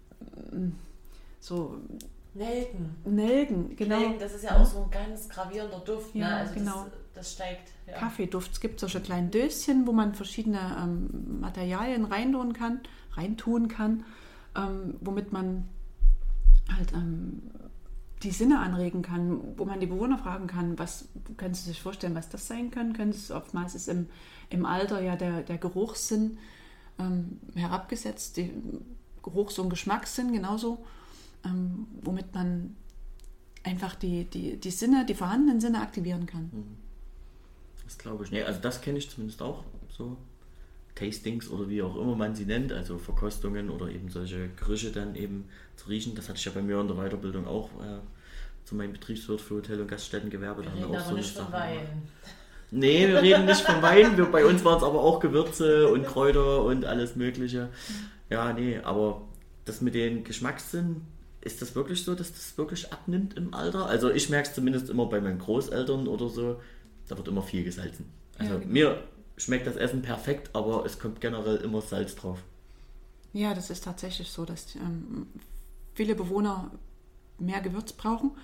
so Nelken, genau. Nelken, das ist ja auch so ein ganz gravierender Duft. Ja, ne? Also genau. Das steigt. Ja. Kaffeeduft. Es gibt solche kleinen Döschen, wo man verschiedene Materialien reintun kann, womit man halt die Sinne anregen kann, wo man die Bewohner fragen kann, was können Sie sich vorstellen, was das sein kann. Oftmals ist im Alter ja der Geruchssinn herabgesetzt, die Geruchs- und Geschmackssinn genauso, womit man einfach die Sinne, die vorhandenen Sinne aktivieren kann. Das glaube ich. Nee, also das kenne ich zumindest auch, so Tastings oder wie auch immer man sie nennt, also Verkostungen oder eben solche Gerüche dann eben zu riechen. Das hatte ich ja bei mir in der Weiterbildung auch zu meinem Betriebswirt für Hotel- und Gaststättengewerbe. Wir reden aber nicht von Wein. Nee, wir reden nicht von Wein. Bei uns waren es aber auch Gewürze und Kräuter und alles Mögliche. Ja, nee, aber das mit den Geschmackssinn, ist das wirklich so, dass das wirklich abnimmt im Alter? Also ich merke es zumindest immer bei meinen Großeltern oder so, da wird immer viel gesalzen. Also ja, genau. Mir schmeckt das Essen perfekt, aber es kommt generell immer Salz drauf. Ja, das ist tatsächlich so, dass viele Bewohner mehr Gewürz brauchen.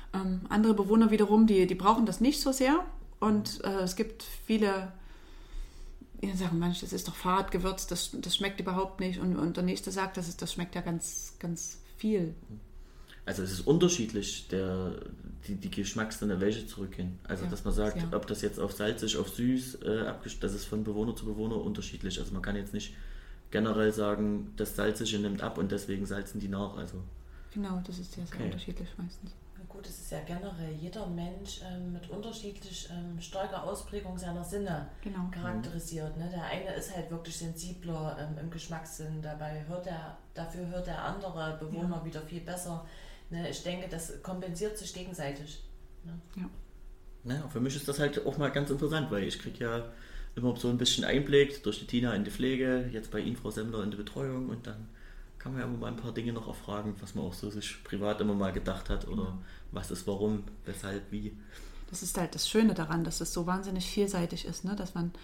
Andere Bewohner wiederum, die brauchen das nicht so sehr. Und es gibt viele, die sagen, Mensch, das ist doch Fahrradgewürz, das schmeckt überhaupt nicht. Und der Nächste sagt, das schmeckt ja ganz, ganz viel. Also es ist unterschiedlich, die Geschmackssinne, welche zurückgehen. Also dass man sagt, ob das jetzt auf salzig, auf süß, das ist von Bewohner zu Bewohner unterschiedlich. Also man kann jetzt nicht generell sagen, das Salzige nimmt ab und deswegen salzen die nach. Also genau, das ist sehr unterschiedlich meistens. Gut, es ist ja generell jeder Mensch mit unterschiedlich starker Ausprägung seiner Sinne charakterisiert. Ne? Der eine ist halt wirklich sensibler im Geschmackssinn, dafür hört der andere Bewohner wieder viel besser. Ne? Ich denke, das kompensiert sich gegenseitig. Ne? Ja. Naja, für mich ist das halt auch mal ganz interessant, weil ich kriege ja immer so ein bisschen Einblick durch die Tina in die Pflege, jetzt bei Ihnen, Frau Semmler, in die Betreuung und dann kann man ja immer mal ein paar Dinge noch erfragen, was man auch so sich privat immer mal gedacht hat oder was ist warum, weshalb, wie. Das ist halt das Schöne daran, dass es so wahnsinnig vielseitig ist, ne? Dass man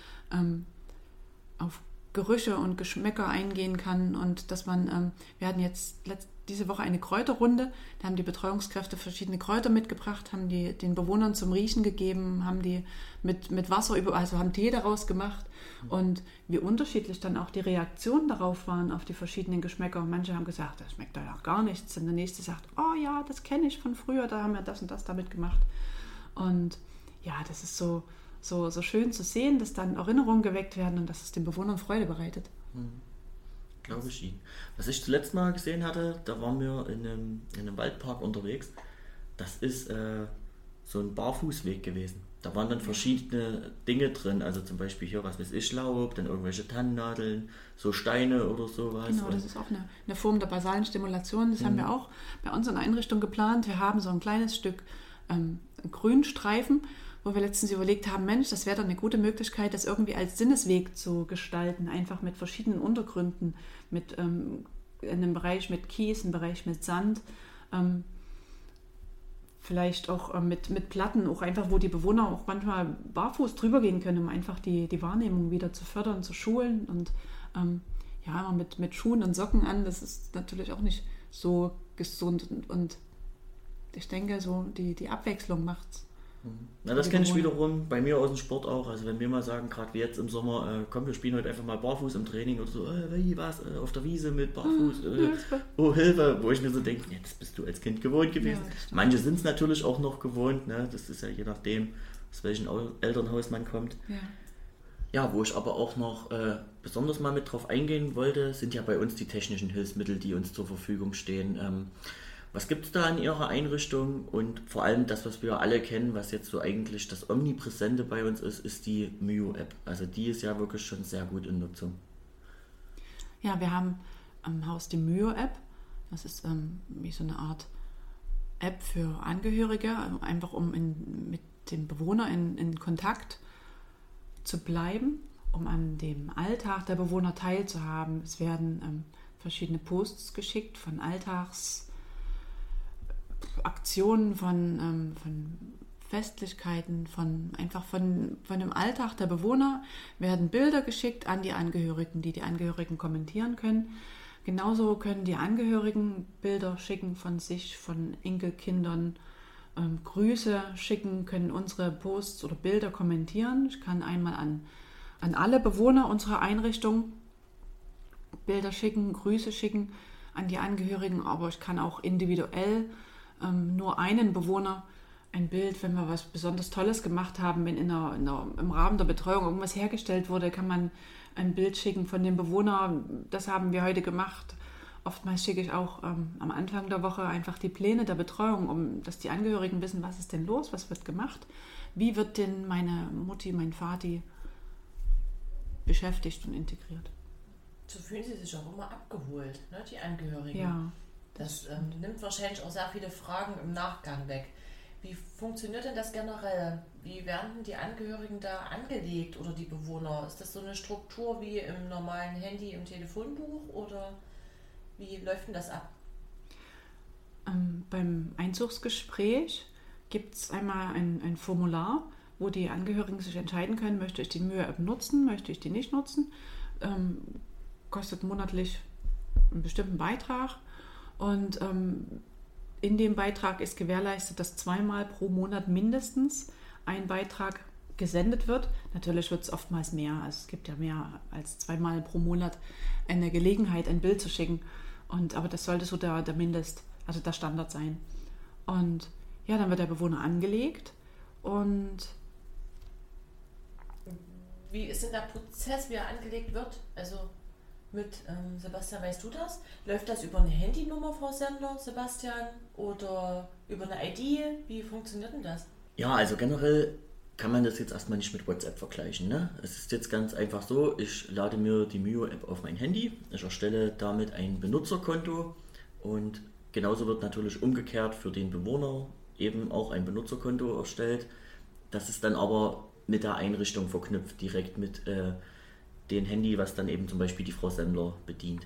auf Gerüche und Geschmäcker eingehen kann und dass man, wir hatten jetzt diese Woche eine Kräuterrunde, da haben die Betreuungskräfte verschiedene Kräuter mitgebracht, haben die den Bewohnern zum Riechen gegeben, haben die mit Wasser also haben Tee daraus gemacht und wie unterschiedlich dann auch die Reaktionen darauf waren, auf die verschiedenen Geschmäcker. Manche haben gesagt, das schmeckt da ja gar nichts und der Nächste sagt, oh ja, das kenne ich von früher, da haben wir das und das damit gemacht. Und ja, das ist so schön zu sehen, dass dann Erinnerungen geweckt werden und dass es den Bewohnern Freude bereitet. Glaube ich Ihnen. Was ich zuletzt mal gesehen hatte, da waren wir in einem Waldpark unterwegs. Das ist so ein Barfußweg gewesen. Da waren dann verschiedene Dinge drin, also zum Beispiel hier, was weiß ich, Laub, dann irgendwelche Tannennadeln, so Steine oder sowas. Genau, das ist auch eine Form der basalen Stimulation. Das haben wir auch bei uns in der Einrichtung geplant. Wir haben so ein kleines Stück Grünstreifen, wo wir letztens überlegt haben, Mensch, das wäre doch eine gute Möglichkeit, das irgendwie als Sinnesweg zu gestalten, einfach mit verschiedenen Untergründen, mit in einem Bereich mit Kies, einem Bereich mit Sand, vielleicht auch mit Platten, auch einfach, wo die Bewohner auch manchmal barfuß drüber gehen können, um einfach die Wahrnehmung wieder zu fördern, zu schulen und immer mit Schuhen und Socken an, das ist natürlich auch nicht so gesund und ich denke, so die Abwechslung macht's. Na, das kenne ich wiederum bei mir aus dem Sport auch. Also wenn wir mal sagen, gerade wie jetzt im Sommer, komm, wir spielen heute einfach mal barfuß im Training oder so, wie was, auf der Wiese mit barfuß, oh Hilfe, wo ich mir so denke, ja, das bist du als Kind gewohnt gewesen. Ja, manche sind es natürlich auch noch gewohnt, ne? Das ist ja je nachdem, aus welchem Elternhaus man kommt. Ja, wo ich aber auch noch besonders mal mit drauf eingehen wollte, sind ja bei uns die technischen Hilfsmittel, die uns zur Verfügung stehen. Was gibt es da in Ihrer Einrichtung und vor allem das, was wir alle kennen, was jetzt so eigentlich das Omnipräsente bei uns ist die Myo-App. Also die ist ja wirklich schon sehr gut in Nutzung. Ja, wir haben am Haus die Myo-App. Das ist wie so eine Art App für Angehörige, einfach um mit dem Bewohner in Kontakt zu bleiben, um an dem Alltag der Bewohner teilzuhaben. Es werden verschiedene Posts geschickt von Aktionen, von Festlichkeiten, von dem Alltag der Bewohner werden Bilder geschickt an die Angehörigen, die Angehörigen kommentieren können. Genauso können die Angehörigen Bilder schicken von sich, von Enkelkindern, Grüße schicken, können unsere Posts oder Bilder kommentieren. Ich kann einmal an alle Bewohner unserer Einrichtung Bilder schicken, Grüße schicken an die Angehörigen, aber ich kann auch individuell nur einen Bewohner ein Bild, wenn wir was besonders Tolles gemacht haben, wenn im Rahmen der Betreuung irgendwas hergestellt wurde, kann man ein Bild schicken von dem Bewohner, das haben wir heute gemacht. Oftmals schicke ich auch am Anfang der Woche einfach die Pläne der Betreuung, dass die Angehörigen wissen, was ist denn los, was wird gemacht, wie wird denn meine Mutti, mein Vati beschäftigt und integriert. So fühlen sie sich auch immer abgeholt, ne, die Angehörigen. Ja. Das nimmt wahrscheinlich auch sehr viele Fragen im Nachgang weg. Wie funktioniert denn das generell? Wie werden die Angehörigen da angelegt oder die Bewohner? Ist das so eine Struktur wie im normalen Handy, im Telefonbuch oder wie läuft denn das ab? Beim Einzugsgespräch gibt es einmal ein Formular, wo die Angehörigen sich entscheiden können, möchte ich die Myo-App nutzen, möchte ich die nicht nutzen. Kostet monatlich einen bestimmten Beitrag. Und in dem Beitrag ist gewährleistet, dass 2-mal pro Monat mindestens ein Beitrag gesendet wird. Natürlich wird es oftmals mehr. Also es gibt ja mehr als 2-mal pro Monat eine Gelegenheit, ein Bild zu schicken. Aber das sollte so der Standard sein. Und ja, dann wird der Bewohner angelegt. Und wie ist denn der Prozess, wie er angelegt wird? Also mit Sebastian, weißt du das? Läuft das über eine Handynummer, Frau Sendler, Sebastian, oder über eine ID? Wie funktioniert denn das? Ja, also generell kann man das jetzt erstmal nicht mit WhatsApp vergleichen. Ne? Es ist jetzt ganz einfach so, ich lade mir die Mio-App auf mein Handy, ich erstelle damit ein Benutzerkonto und genauso wird natürlich umgekehrt für den Bewohner eben auch ein Benutzerkonto erstellt. Das ist dann aber mit der Einrichtung verknüpft, direkt mit dem Handy, was dann eben zum Beispiel die Frau Sendler bedient.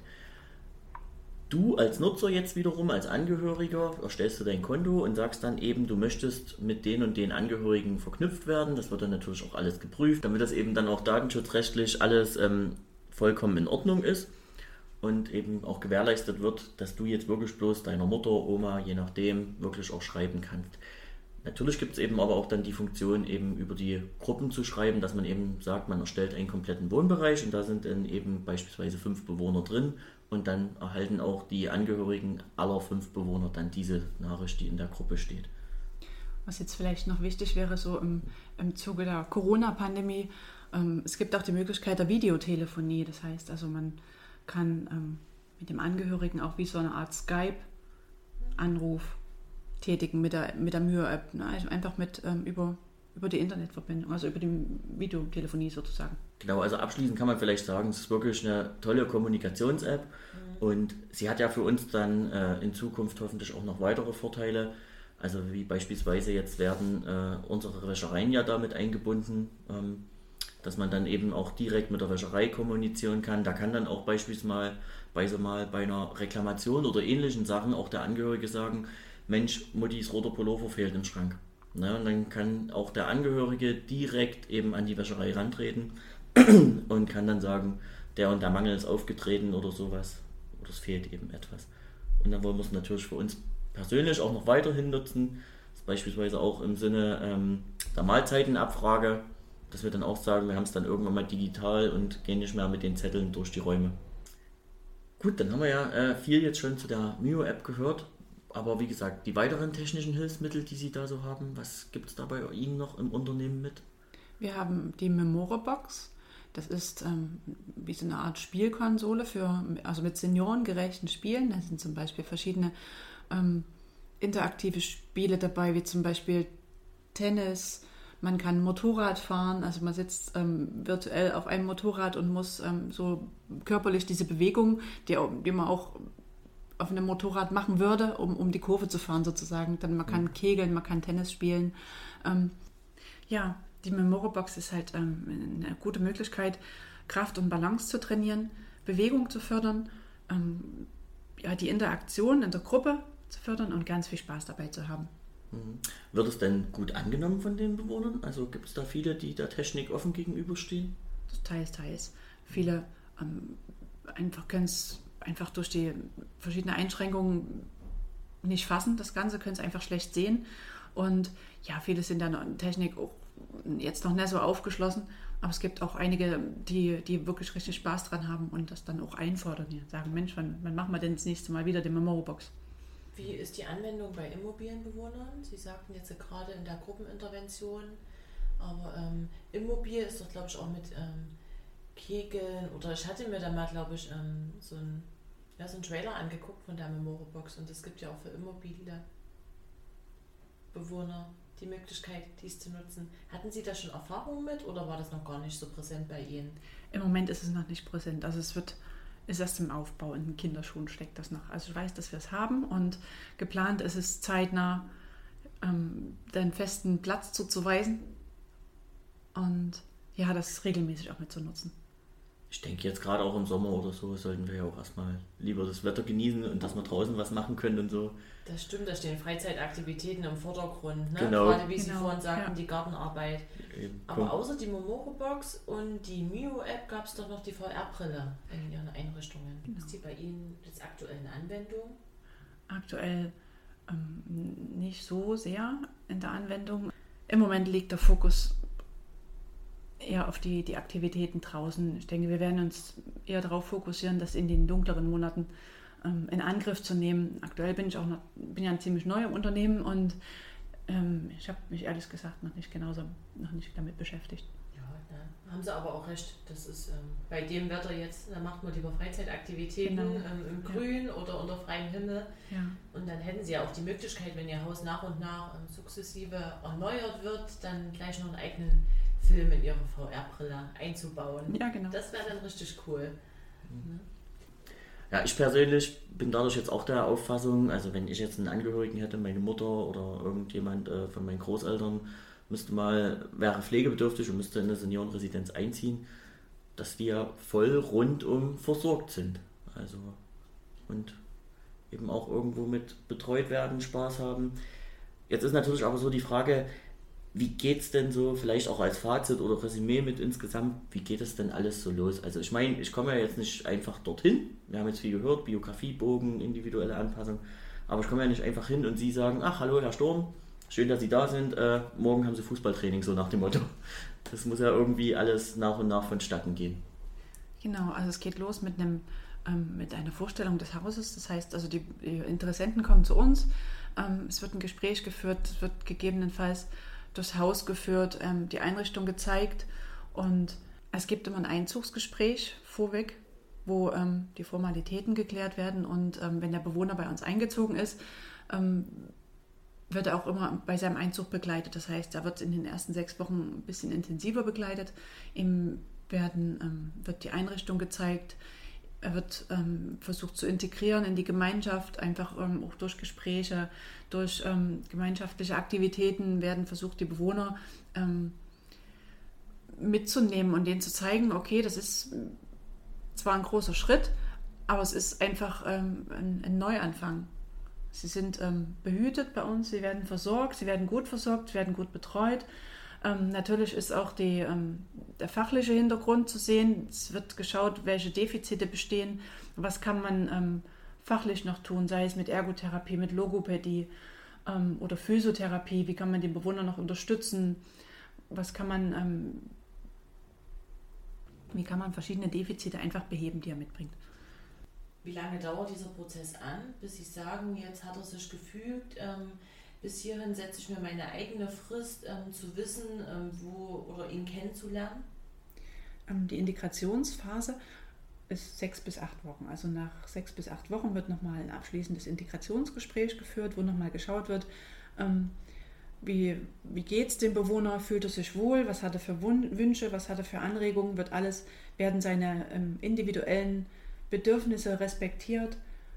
Du als Nutzer jetzt wiederum, als Angehöriger, erstellst du dein Konto und sagst dann eben, du möchtest mit den und den Angehörigen verknüpft werden. Das wird dann natürlich auch alles geprüft, damit das eben dann auch datenschutzrechtlich alles vollkommen in Ordnung ist und eben auch gewährleistet wird, dass du jetzt wirklich bloß deiner Mutter, Oma, je nachdem, wirklich auch schreiben kannst. Natürlich gibt es eben aber auch dann die Funktion, eben über die Gruppen zu schreiben, dass man eben sagt, man erstellt einen kompletten Wohnbereich und da sind dann eben beispielsweise 5 Bewohner drin und dann erhalten auch die Angehörigen aller 5 Bewohner dann diese Nachricht, die in der Gruppe steht. Was jetzt vielleicht noch wichtig wäre, so im Zuge der Corona-Pandemie, es gibt auch die Möglichkeit der Videotelefonie. Das heißt, also man kann mit dem Angehörigen auch wie so eine Art Skype-Anruf tätigen mit der Mio-App, ne? Also einfach über die Internetverbindung, also über die Videotelefonie sozusagen. Genau, also abschließend kann man vielleicht sagen, es ist wirklich eine tolle Kommunikations-App und sie hat ja für uns dann in Zukunft hoffentlich auch noch weitere Vorteile. Also wie beispielsweise jetzt werden unsere Wäschereien ja damit eingebunden, dass man dann eben auch direkt mit der Wäscherei kommunizieren kann. Da kann dann auch beispielsweise mal bei einer Reklamation oder ähnlichen Sachen auch der Angehörige sagen, Mensch, Muttis roter Pullover fehlt im Schrank. Na, und dann kann auch der Angehörige direkt eben an die Wäscherei rantreten und kann dann sagen, der und der Mangel ist aufgetreten oder sowas. Oder es fehlt eben etwas. Und dann wollen wir es natürlich für uns persönlich auch noch weiterhin nutzen. Das ist beispielsweise auch im Sinne der Mahlzeitenabfrage, dass wir dann auch sagen, wir haben es dann irgendwann mal digital und gehen nicht mehr mit den Zetteln durch die Räume. Gut, dann haben wir ja viel jetzt schon zu der Mio-App gehört. Aber wie gesagt, die weiteren technischen Hilfsmittel, die Sie da so haben, was gibt es da bei Ihnen noch im Unternehmen mit? Wir haben die Memoribox. Das ist wie so eine Art Spielkonsole also mit seniorengerechten Spielen. Da sind zum Beispiel verschiedene interaktive Spiele dabei, wie zum Beispiel Tennis. Man kann Motorrad fahren, also man sitzt virtuell auf einem Motorrad und muss so körperlich diese Bewegung, die man auch auf einem Motorrad machen würde, um die Kurve zu fahren sozusagen. Dann man kann kegeln, man kann Tennis spielen. Die Memoribox ist halt eine gute Möglichkeit, Kraft und Balance zu trainieren, Bewegung zu fördern, die Interaktion in der Gruppe zu fördern und ganz viel Spaß dabei zu haben. Wird es denn gut angenommen von den Bewohnern? Also gibt es da viele, die der Technik offen gegenüberstehen? Teils. Viele können es einfach durch die verschiedenen Einschränkungen nicht fassen. Das Ganze können es einfach schlecht sehen. Und ja, viele sind dann in Technik auch jetzt noch nicht so aufgeschlossen. Aber es gibt auch einige, die wirklich richtig Spaß dran haben und das dann auch einfordern. Die sagen, Mensch, wann machen wir denn das nächste Mal wieder die Memoribox? Wie ist die Anwendung bei Immobilienbewohnern? Sie sagten jetzt gerade in der Gruppenintervention, aber Immobil ist doch, glaube ich, auch mit Kegeln, oder ich hatte mir da mal, glaube ich, so einen Trailer angeguckt von der Memoribox, und es gibt ja auch für Immobilienbewohner die Möglichkeit, dies zu nutzen. Hatten Sie da schon Erfahrungen mit oder war das noch gar nicht so präsent bei Ihnen? Im Moment ist es noch nicht präsent, also ist erst im Aufbau, in den Kinderschuhen steckt das noch. Also ich weiß, dass wir es haben und geplant ist es zeitnah, den festen Platz zuzuweisen und ja, das regelmäßig auch mit zu nutzen. Ich denke jetzt gerade auch im Sommer oder so sollten wir ja auch erstmal lieber das Wetter genießen und dass wir draußen was machen können und so. Das stimmt, da stehen Freizeitaktivitäten im Vordergrund, ne? Genau. Gerade wie Sie vorhin sagten, die Gartenarbeit. Eben. Aber außer die Memoribox und die Mio-App gab es doch noch die VR-Brille in Ihren Einrichtungen. Genau. Ist die bei Ihnen jetzt aktuell in Anwendung? Aktuell nicht so sehr in der Anwendung. Im Moment liegt der Fokus eher auf die Aktivitäten draußen. Ich denke, wir werden uns eher darauf fokussieren, das in den dunkleren Monaten in Angriff zu nehmen. Aktuell bin ja ziemlich neu im Unternehmen und ich habe mich ehrlich gesagt noch nicht damit beschäftigt. Ja, da haben Sie aber auch recht. Das ist bei dem Wetter jetzt, da macht man lieber Freizeitaktivitäten im Grün oder unter freiem Himmel. Ja. Und dann hätten Sie ja auch die Möglichkeit, wenn Ihr Haus nach und nach sukzessive erneuert wird, dann gleich noch einen eigenen Film in Ihre VR-Brille einzubauen. Ja, genau. Das wäre dann richtig cool. Mhm. Ja, ich persönlich bin dadurch jetzt auch der Auffassung, also wenn ich jetzt einen Angehörigen hätte, meine Mutter oder irgendjemand von meinen Großeltern wäre pflegebedürftig und müsste in eine Seniorenresidenz einziehen, dass wir voll rundum versorgt sind. Also und eben auch irgendwo mit betreut werden, Spaß haben. Jetzt ist natürlich aber so die Frage, wie geht es denn so, vielleicht auch als Fazit oder Resümee mit insgesamt, wie geht es denn alles so los? Also ich meine, ich komme ja jetzt nicht einfach dorthin, wir haben jetzt viel gehört, Biografiebogen, individuelle Anpassung, aber ich komme ja nicht einfach hin und Sie sagen, ach hallo Herr Sturm, schön, dass Sie da sind, morgen haben Sie Fußballtraining, so nach dem Motto. Das muss ja irgendwie alles nach und nach vonstatten gehen. Genau, also es geht los mit einer Vorstellung des Hauses, das heißt, also die Interessenten kommen zu uns, es wird ein Gespräch geführt, es wird gegebenenfalls durchs Haus geführt, die Einrichtung gezeigt und es gibt immer ein Einzugsgespräch vorweg, wo die Formalitäten geklärt werden und wenn der Bewohner bei uns eingezogen ist, wird er auch immer bei seinem Einzug begleitet. Das heißt, er wird in den ersten 6 Wochen ein bisschen intensiver begleitet. Ihm wird die Einrichtung gezeigt, er wird versucht zu integrieren in die Gemeinschaft, einfach auch durch Gespräche, durch gemeinschaftliche Aktivitäten werden versucht, die Bewohner mitzunehmen und denen zu zeigen, okay, das ist zwar ein großer Schritt, aber es ist einfach ein Neuanfang. Sie sind behütet bei uns, sie werden versorgt, sie werden gut betreut. Natürlich ist auch der fachliche Hintergrund zu sehen. Es wird geschaut, welche Defizite bestehen, was kann man fachlich noch tun, sei es mit Ergotherapie, mit Logopädie oder Physiotherapie, wie kann man den Bewohner noch unterstützen, wie kann man verschiedene Defizite einfach beheben, die er mitbringt. Wie lange dauert dieser Prozess an, bis Sie sagen, jetzt hat er sich gefügt, bis hierhin setze ich mir meine eigene Frist, zu wissen, oder ihn kennenzulernen? Die Integrationsphase ist 6 bis 8 Wochen. Also nach 6 bis 8 Wochen wird nochmal ein abschließendes Integrationsgespräch geführt, wo nochmal geschaut wird, wie geht es dem Bewohner, fühlt er sich wohl, was hat er für Wünsche, was hat er für Anregungen, werden seine individuellen Bedürfnisse respektiert.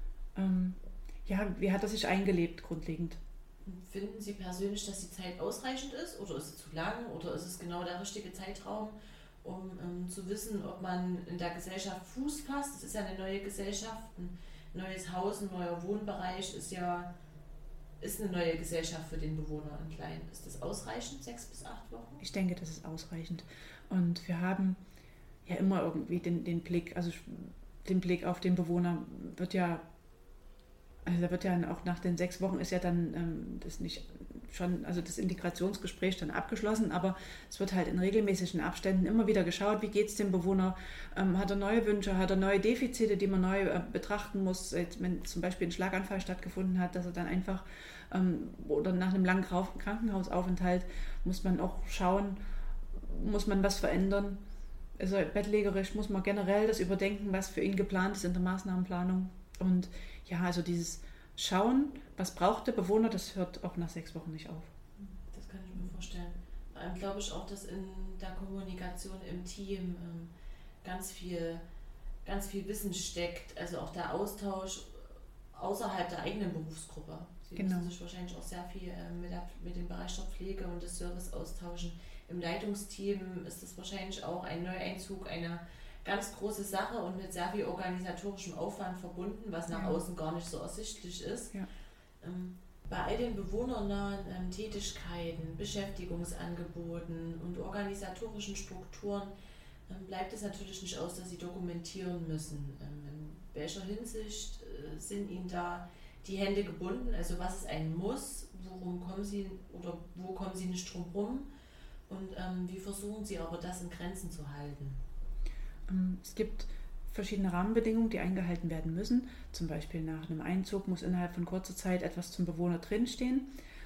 Wie hat er sich eingelebt grundlegend? Finden Sie persönlich, dass die Zeit ausreichend ist oder ist es zu lang oder ist es genau der richtige Zeitraum, um zu wissen, ob man in der Gesellschaft Fuß fasst? Es ist ja eine neue Gesellschaft, ein neues Haus, ein neuer Wohnbereich ist eine neue Gesellschaft für den Bewohner in Klein. Ist das ausreichend, 6 bis 8 Wochen? Ich denke, das ist ausreichend. Und wir haben ja immer irgendwie den Blick, also den Blick auf den Bewohner wird ja auch nach den 6 Wochen ist ja dann das Integrationsgespräch dann abgeschlossen, aber es wird halt in regelmäßigen Abständen immer wieder geschaut, wie geht es dem Bewohner, hat er neue Wünsche, hat er neue Defizite, die man neu betrachten muss, wenn zum Beispiel ein Schlaganfall stattgefunden hat, dass er dann einfach oder nach einem langen Krankenhausaufenthalt muss man auch schauen, muss man was verändern. Also bettlägerisch muss man generell das überdenken, was für ihn geplant ist in der Maßnahmenplanung. Und ja, also dieses Schauen, was braucht der Bewohner, das hört auch nach 6 Wochen nicht auf. Das kann ich mir vorstellen. Glaube ich auch, dass in der Kommunikation im Team ganz viel Wissen steckt. Also auch der Austausch außerhalb der eigenen Berufsgruppe. Sie müssen sich wahrscheinlich auch sehr viel mit dem Bereich der Pflege und des Service austauschen. Im Leitungsteam ist das wahrscheinlich auch ein Neueinzug, eine ganz große Sache und mit sehr viel organisatorischem Aufwand verbunden, was nach außen gar nicht so ersichtlich ist. Ja. Bei all den bewohnernahen Tätigkeiten, Beschäftigungsangeboten und organisatorischen Strukturen bleibt es natürlich nicht aus, dass Sie dokumentieren müssen. In welcher Hinsicht sind Ihnen da die Hände gebunden? Also was ist ein Muss? Wo kommen Sie nicht drum rum? Und wie versuchen Sie aber das in Grenzen zu halten? Es gibt verschiedene Rahmenbedingungen, die eingehalten werden müssen. Zum Beispiel nach einem Einzug muss innerhalb von kurzer Zeit etwas zum Bewohner drinstehen.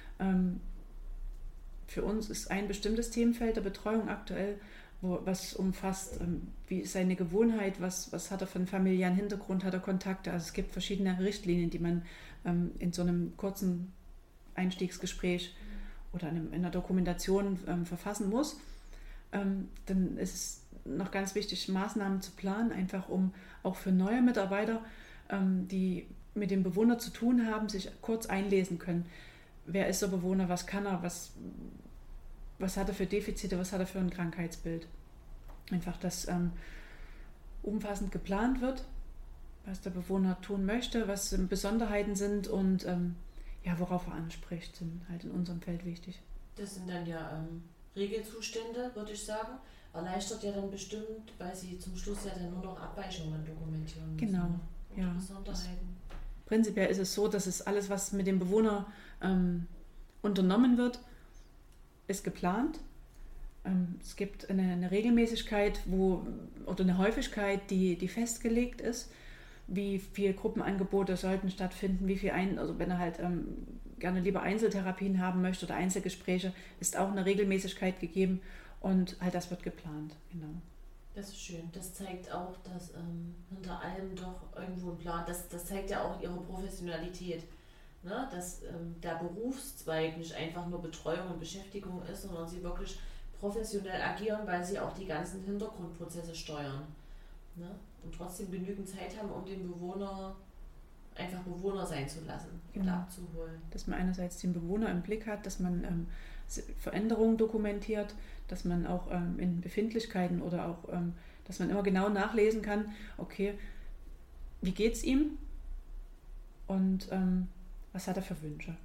Für uns ist ein bestimmtes Themenfeld der Betreuung aktuell, was umfasst, wie ist seine Gewohnheit, was hat er für einen familiären Hintergrund, hat er Kontakte. Also es gibt verschiedene Richtlinien, die man in so einem kurzen Einstiegsgespräch oder in einer Dokumentation verfassen muss. Dann ist es noch ganz wichtig, Maßnahmen zu planen, einfach um auch für neue Mitarbeiter, die mit dem Bewohner zu tun haben, sich kurz einlesen können. Wer ist der Bewohner, was kann er, was hat er für Defizite, was hat er für ein Krankheitsbild. Einfach, dass umfassend geplant wird, was der Bewohner tun möchte, was Besonderheiten sind und worauf er anspricht, sind halt in unserem Feld wichtig. Das sind dann ja Regelzustände, würde ich sagen. Erleichtert ja dann bestimmt, weil Sie zum Schluss ja dann nur noch Abweichungen dokumentieren müssen. Genau, ja. Besonderheiten. Prinzipiell ist es so, dass es alles, was mit dem Bewohner unternommen wird, ist geplant. Es gibt eine Regelmäßigkeit oder eine Häufigkeit, die festgelegt ist. Wie viele Gruppenangebote sollten stattfinden, wie viel also wenn er halt gerne lieber Einzeltherapien haben möchte oder Einzelgespräche, ist auch eine Regelmäßigkeit gegeben und halt das wird geplant. Genau. Das ist schön. Das zeigt auch, dass hinter allem doch irgendwo ein Plan, das zeigt ja auch Ihre Professionalität. Ne? Dass der Berufszweig nicht einfach nur Betreuung und Beschäftigung ist, sondern Sie wirklich professionell agieren, weil Sie auch die ganzen Hintergrundprozesse steuern. Ne? Und trotzdem genügend Zeit haben, um den Bewohner einfach Bewohner sein zu lassen und abzuholen. Dass man einerseits den Bewohner im Blick hat, dass man Veränderungen dokumentiert, dass man auch in Befindlichkeiten oder auch, dass man immer genau nachlesen kann, okay, wie geht's ihm und was hat er für Wünsche.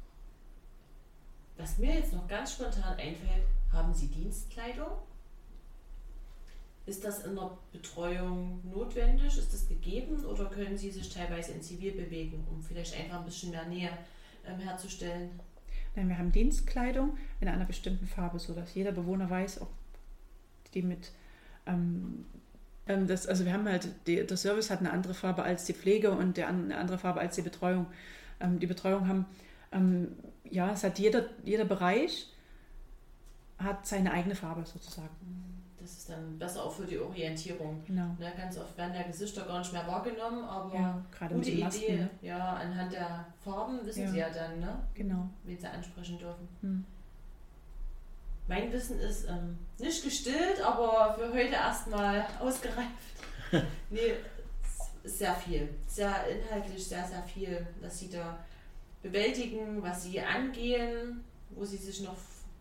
Was mir jetzt noch ganz spontan einfällt, haben Sie Dienstkleidung? Ist das in der Betreuung notwendig? Ist das gegeben oder können Sie sich teilweise in Zivil bewegen, um vielleicht einfach ein bisschen mehr Nähe herzustellen? Nein, wir haben Dienstkleidung in einer bestimmten Farbe, sodass jeder Bewohner weiß, ob die mit also wir haben halt, der Service hat eine andere Farbe als die Pflege und eine andere Farbe als die Betreuung. Die Betreuung haben, es hat jeder Bereich hat seine eigene Farbe sozusagen. Das ist dann besser auch für die Orientierung. Genau. Ne, ganz oft werden ja Gesichter gar nicht mehr wahrgenommen, aber gerade gute mit den Masken, Idee. Ne? Ja, anhand der Farben wissen Sie ja dann, ne? Genau. Wen Sie ansprechen dürfen. Mein Wissen ist nicht gestillt, aber für heute erstmal ausgereift. Nee, sehr viel. Sehr inhaltlich, sehr, sehr viel, was Sie da bewältigen, was Sie angehen, wo Sie sich noch,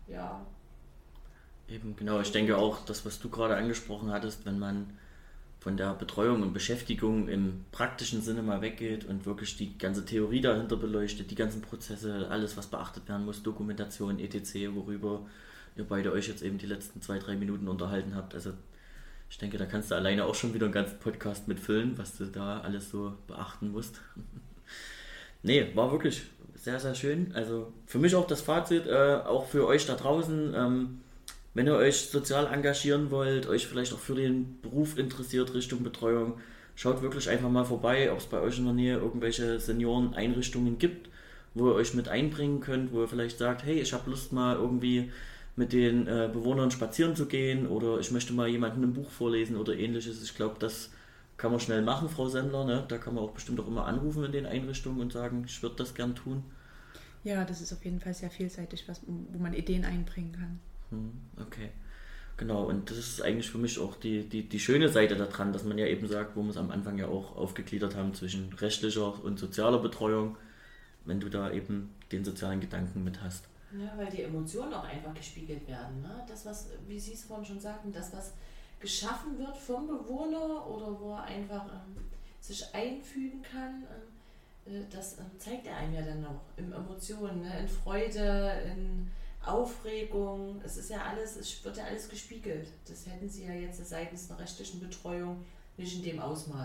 Eben, genau. Ich denke auch, das, was du gerade angesprochen hattest, wenn man von der Betreuung und Beschäftigung im praktischen Sinne mal weggeht und wirklich die ganze Theorie dahinter beleuchtet, die ganzen Prozesse, alles, was beachtet werden muss, Dokumentation, etc., worüber ihr beide euch jetzt eben die letzten 2-3 Minuten unterhalten habt. Also ich denke, da kannst du alleine auch schon wieder einen ganzen Podcast mitfüllen, was du da alles so beachten musst. Nee, war wirklich sehr, sehr schön. Also für mich auch das Fazit, auch für euch da draußen, wenn ihr euch sozial engagieren wollt, euch vielleicht auch für den Beruf interessiert Richtung Betreuung, schaut wirklich einfach mal vorbei, ob es bei euch in der Nähe irgendwelche Senioreneinrichtungen gibt, wo ihr euch mit einbringen könnt, wo ihr vielleicht sagt, hey, ich habe Lust mal irgendwie mit den Bewohnern spazieren zu gehen oder ich möchte mal jemandem ein Buch vorlesen oder ähnliches. Ich glaube, das kann man schnell machen, Frau Sendler. Ne? Da kann man auch bestimmt auch immer anrufen in den Einrichtungen und sagen, ich würde das gern tun. Ja, das ist auf jeden Fall sehr vielseitig, wo man Ideen einbringen kann. Okay, genau, und das ist eigentlich für mich auch die schöne Seite daran, dass man ja eben sagt, wo wir es am Anfang ja auch aufgegliedert haben zwischen rechtlicher und sozialer Betreuung, wenn du da eben den sozialen Gedanken mit hast. Ja, weil die Emotionen auch einfach gespiegelt werden. Ne? Das, was, wie Sie es vorhin schon sagten, das, was geschaffen wird vom Bewohner oder wo er einfach sich einfügen kann, das zeigt er einem ja dann auch in Emotionen, ne? In Freude, in Aufregung, es wird ja alles gespiegelt. Das hätten Sie ja jetzt seitens der rechtlichen Betreuung nicht in dem Ausmaß.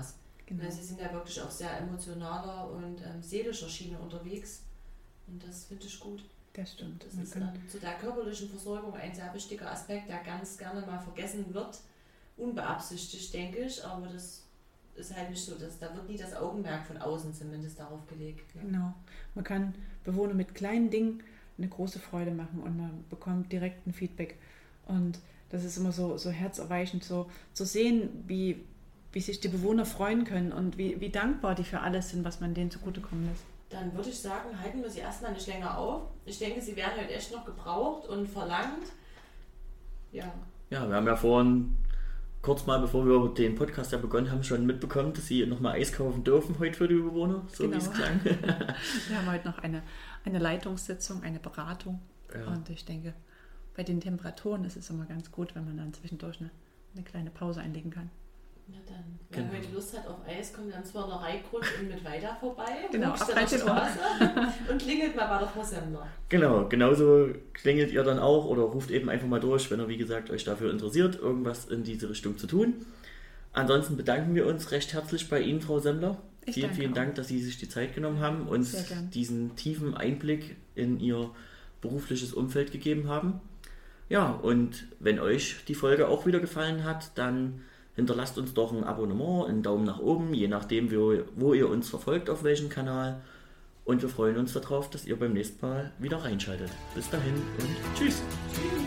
Genau. Weil sie sind ja wirklich auf sehr emotionaler und seelischer Schiene unterwegs. Und das finde ich gut. Das stimmt. Das ist zu der körperlichen Versorgung ein sehr wichtiger Aspekt, der ganz gerne mal vergessen wird. Unbeabsichtigt, denke ich, aber das ist halt nicht so, da wird nie das Augenmerk von außen zumindest darauf gelegt. Ne? Genau. Man kann Bewohner mit kleinen Dingen eine große Freude machen und man bekommt direkt ein Feedback. Und das ist immer so herzerweichend, so zu sehen, wie sich die Bewohner freuen können und wie dankbar die für alles sind, was man denen zugutekommen lässt. Dann würde ich sagen, halten wir sie erstmal nicht länger auf. Ich denke, sie werden heute echt noch gebraucht und verlangt. Ja, wir haben ja vorhin, kurz mal bevor wir den Podcast ja begonnen haben, schon mitbekommen, dass sie nochmal Eis kaufen dürfen heute für die Bewohner, so genau. wie es klang. Wir haben heute noch eine Leitungssitzung, eine Beratung. Ja. Und ich denke, bei den Temperaturen ist es immer ganz gut, wenn man dann zwischendurch eine kleine Pause einlegen kann. Na dann, wer heute Lust hat auf Eis, kommt dann zwar noch Reigrund und mit weiter vorbei. Genau, ab 13 Uhr. Und klingelt mal bei der Frau Semmler. Genau, genauso klingelt ihr dann auch oder ruft eben einfach mal durch, wenn ihr, wie gesagt, euch dafür interessiert, irgendwas in diese Richtung zu tun. Ansonsten bedanken wir uns recht herzlich bei Ihnen, Frau Semmler. Vielen Dank, dass Sie sich die Zeit genommen haben, uns diesen tiefen Einblick in Ihr berufliches Umfeld gegeben haben. Ja, und wenn euch die Folge auch wieder gefallen hat, dann hinterlasst uns doch ein Abonnement, einen Daumen nach oben, je nachdem, wo ihr uns verfolgt, auf welchem Kanal. Und wir freuen uns darauf, dass ihr beim nächsten Mal wieder reinschaltet. Bis dahin und tschüss. Tschüss.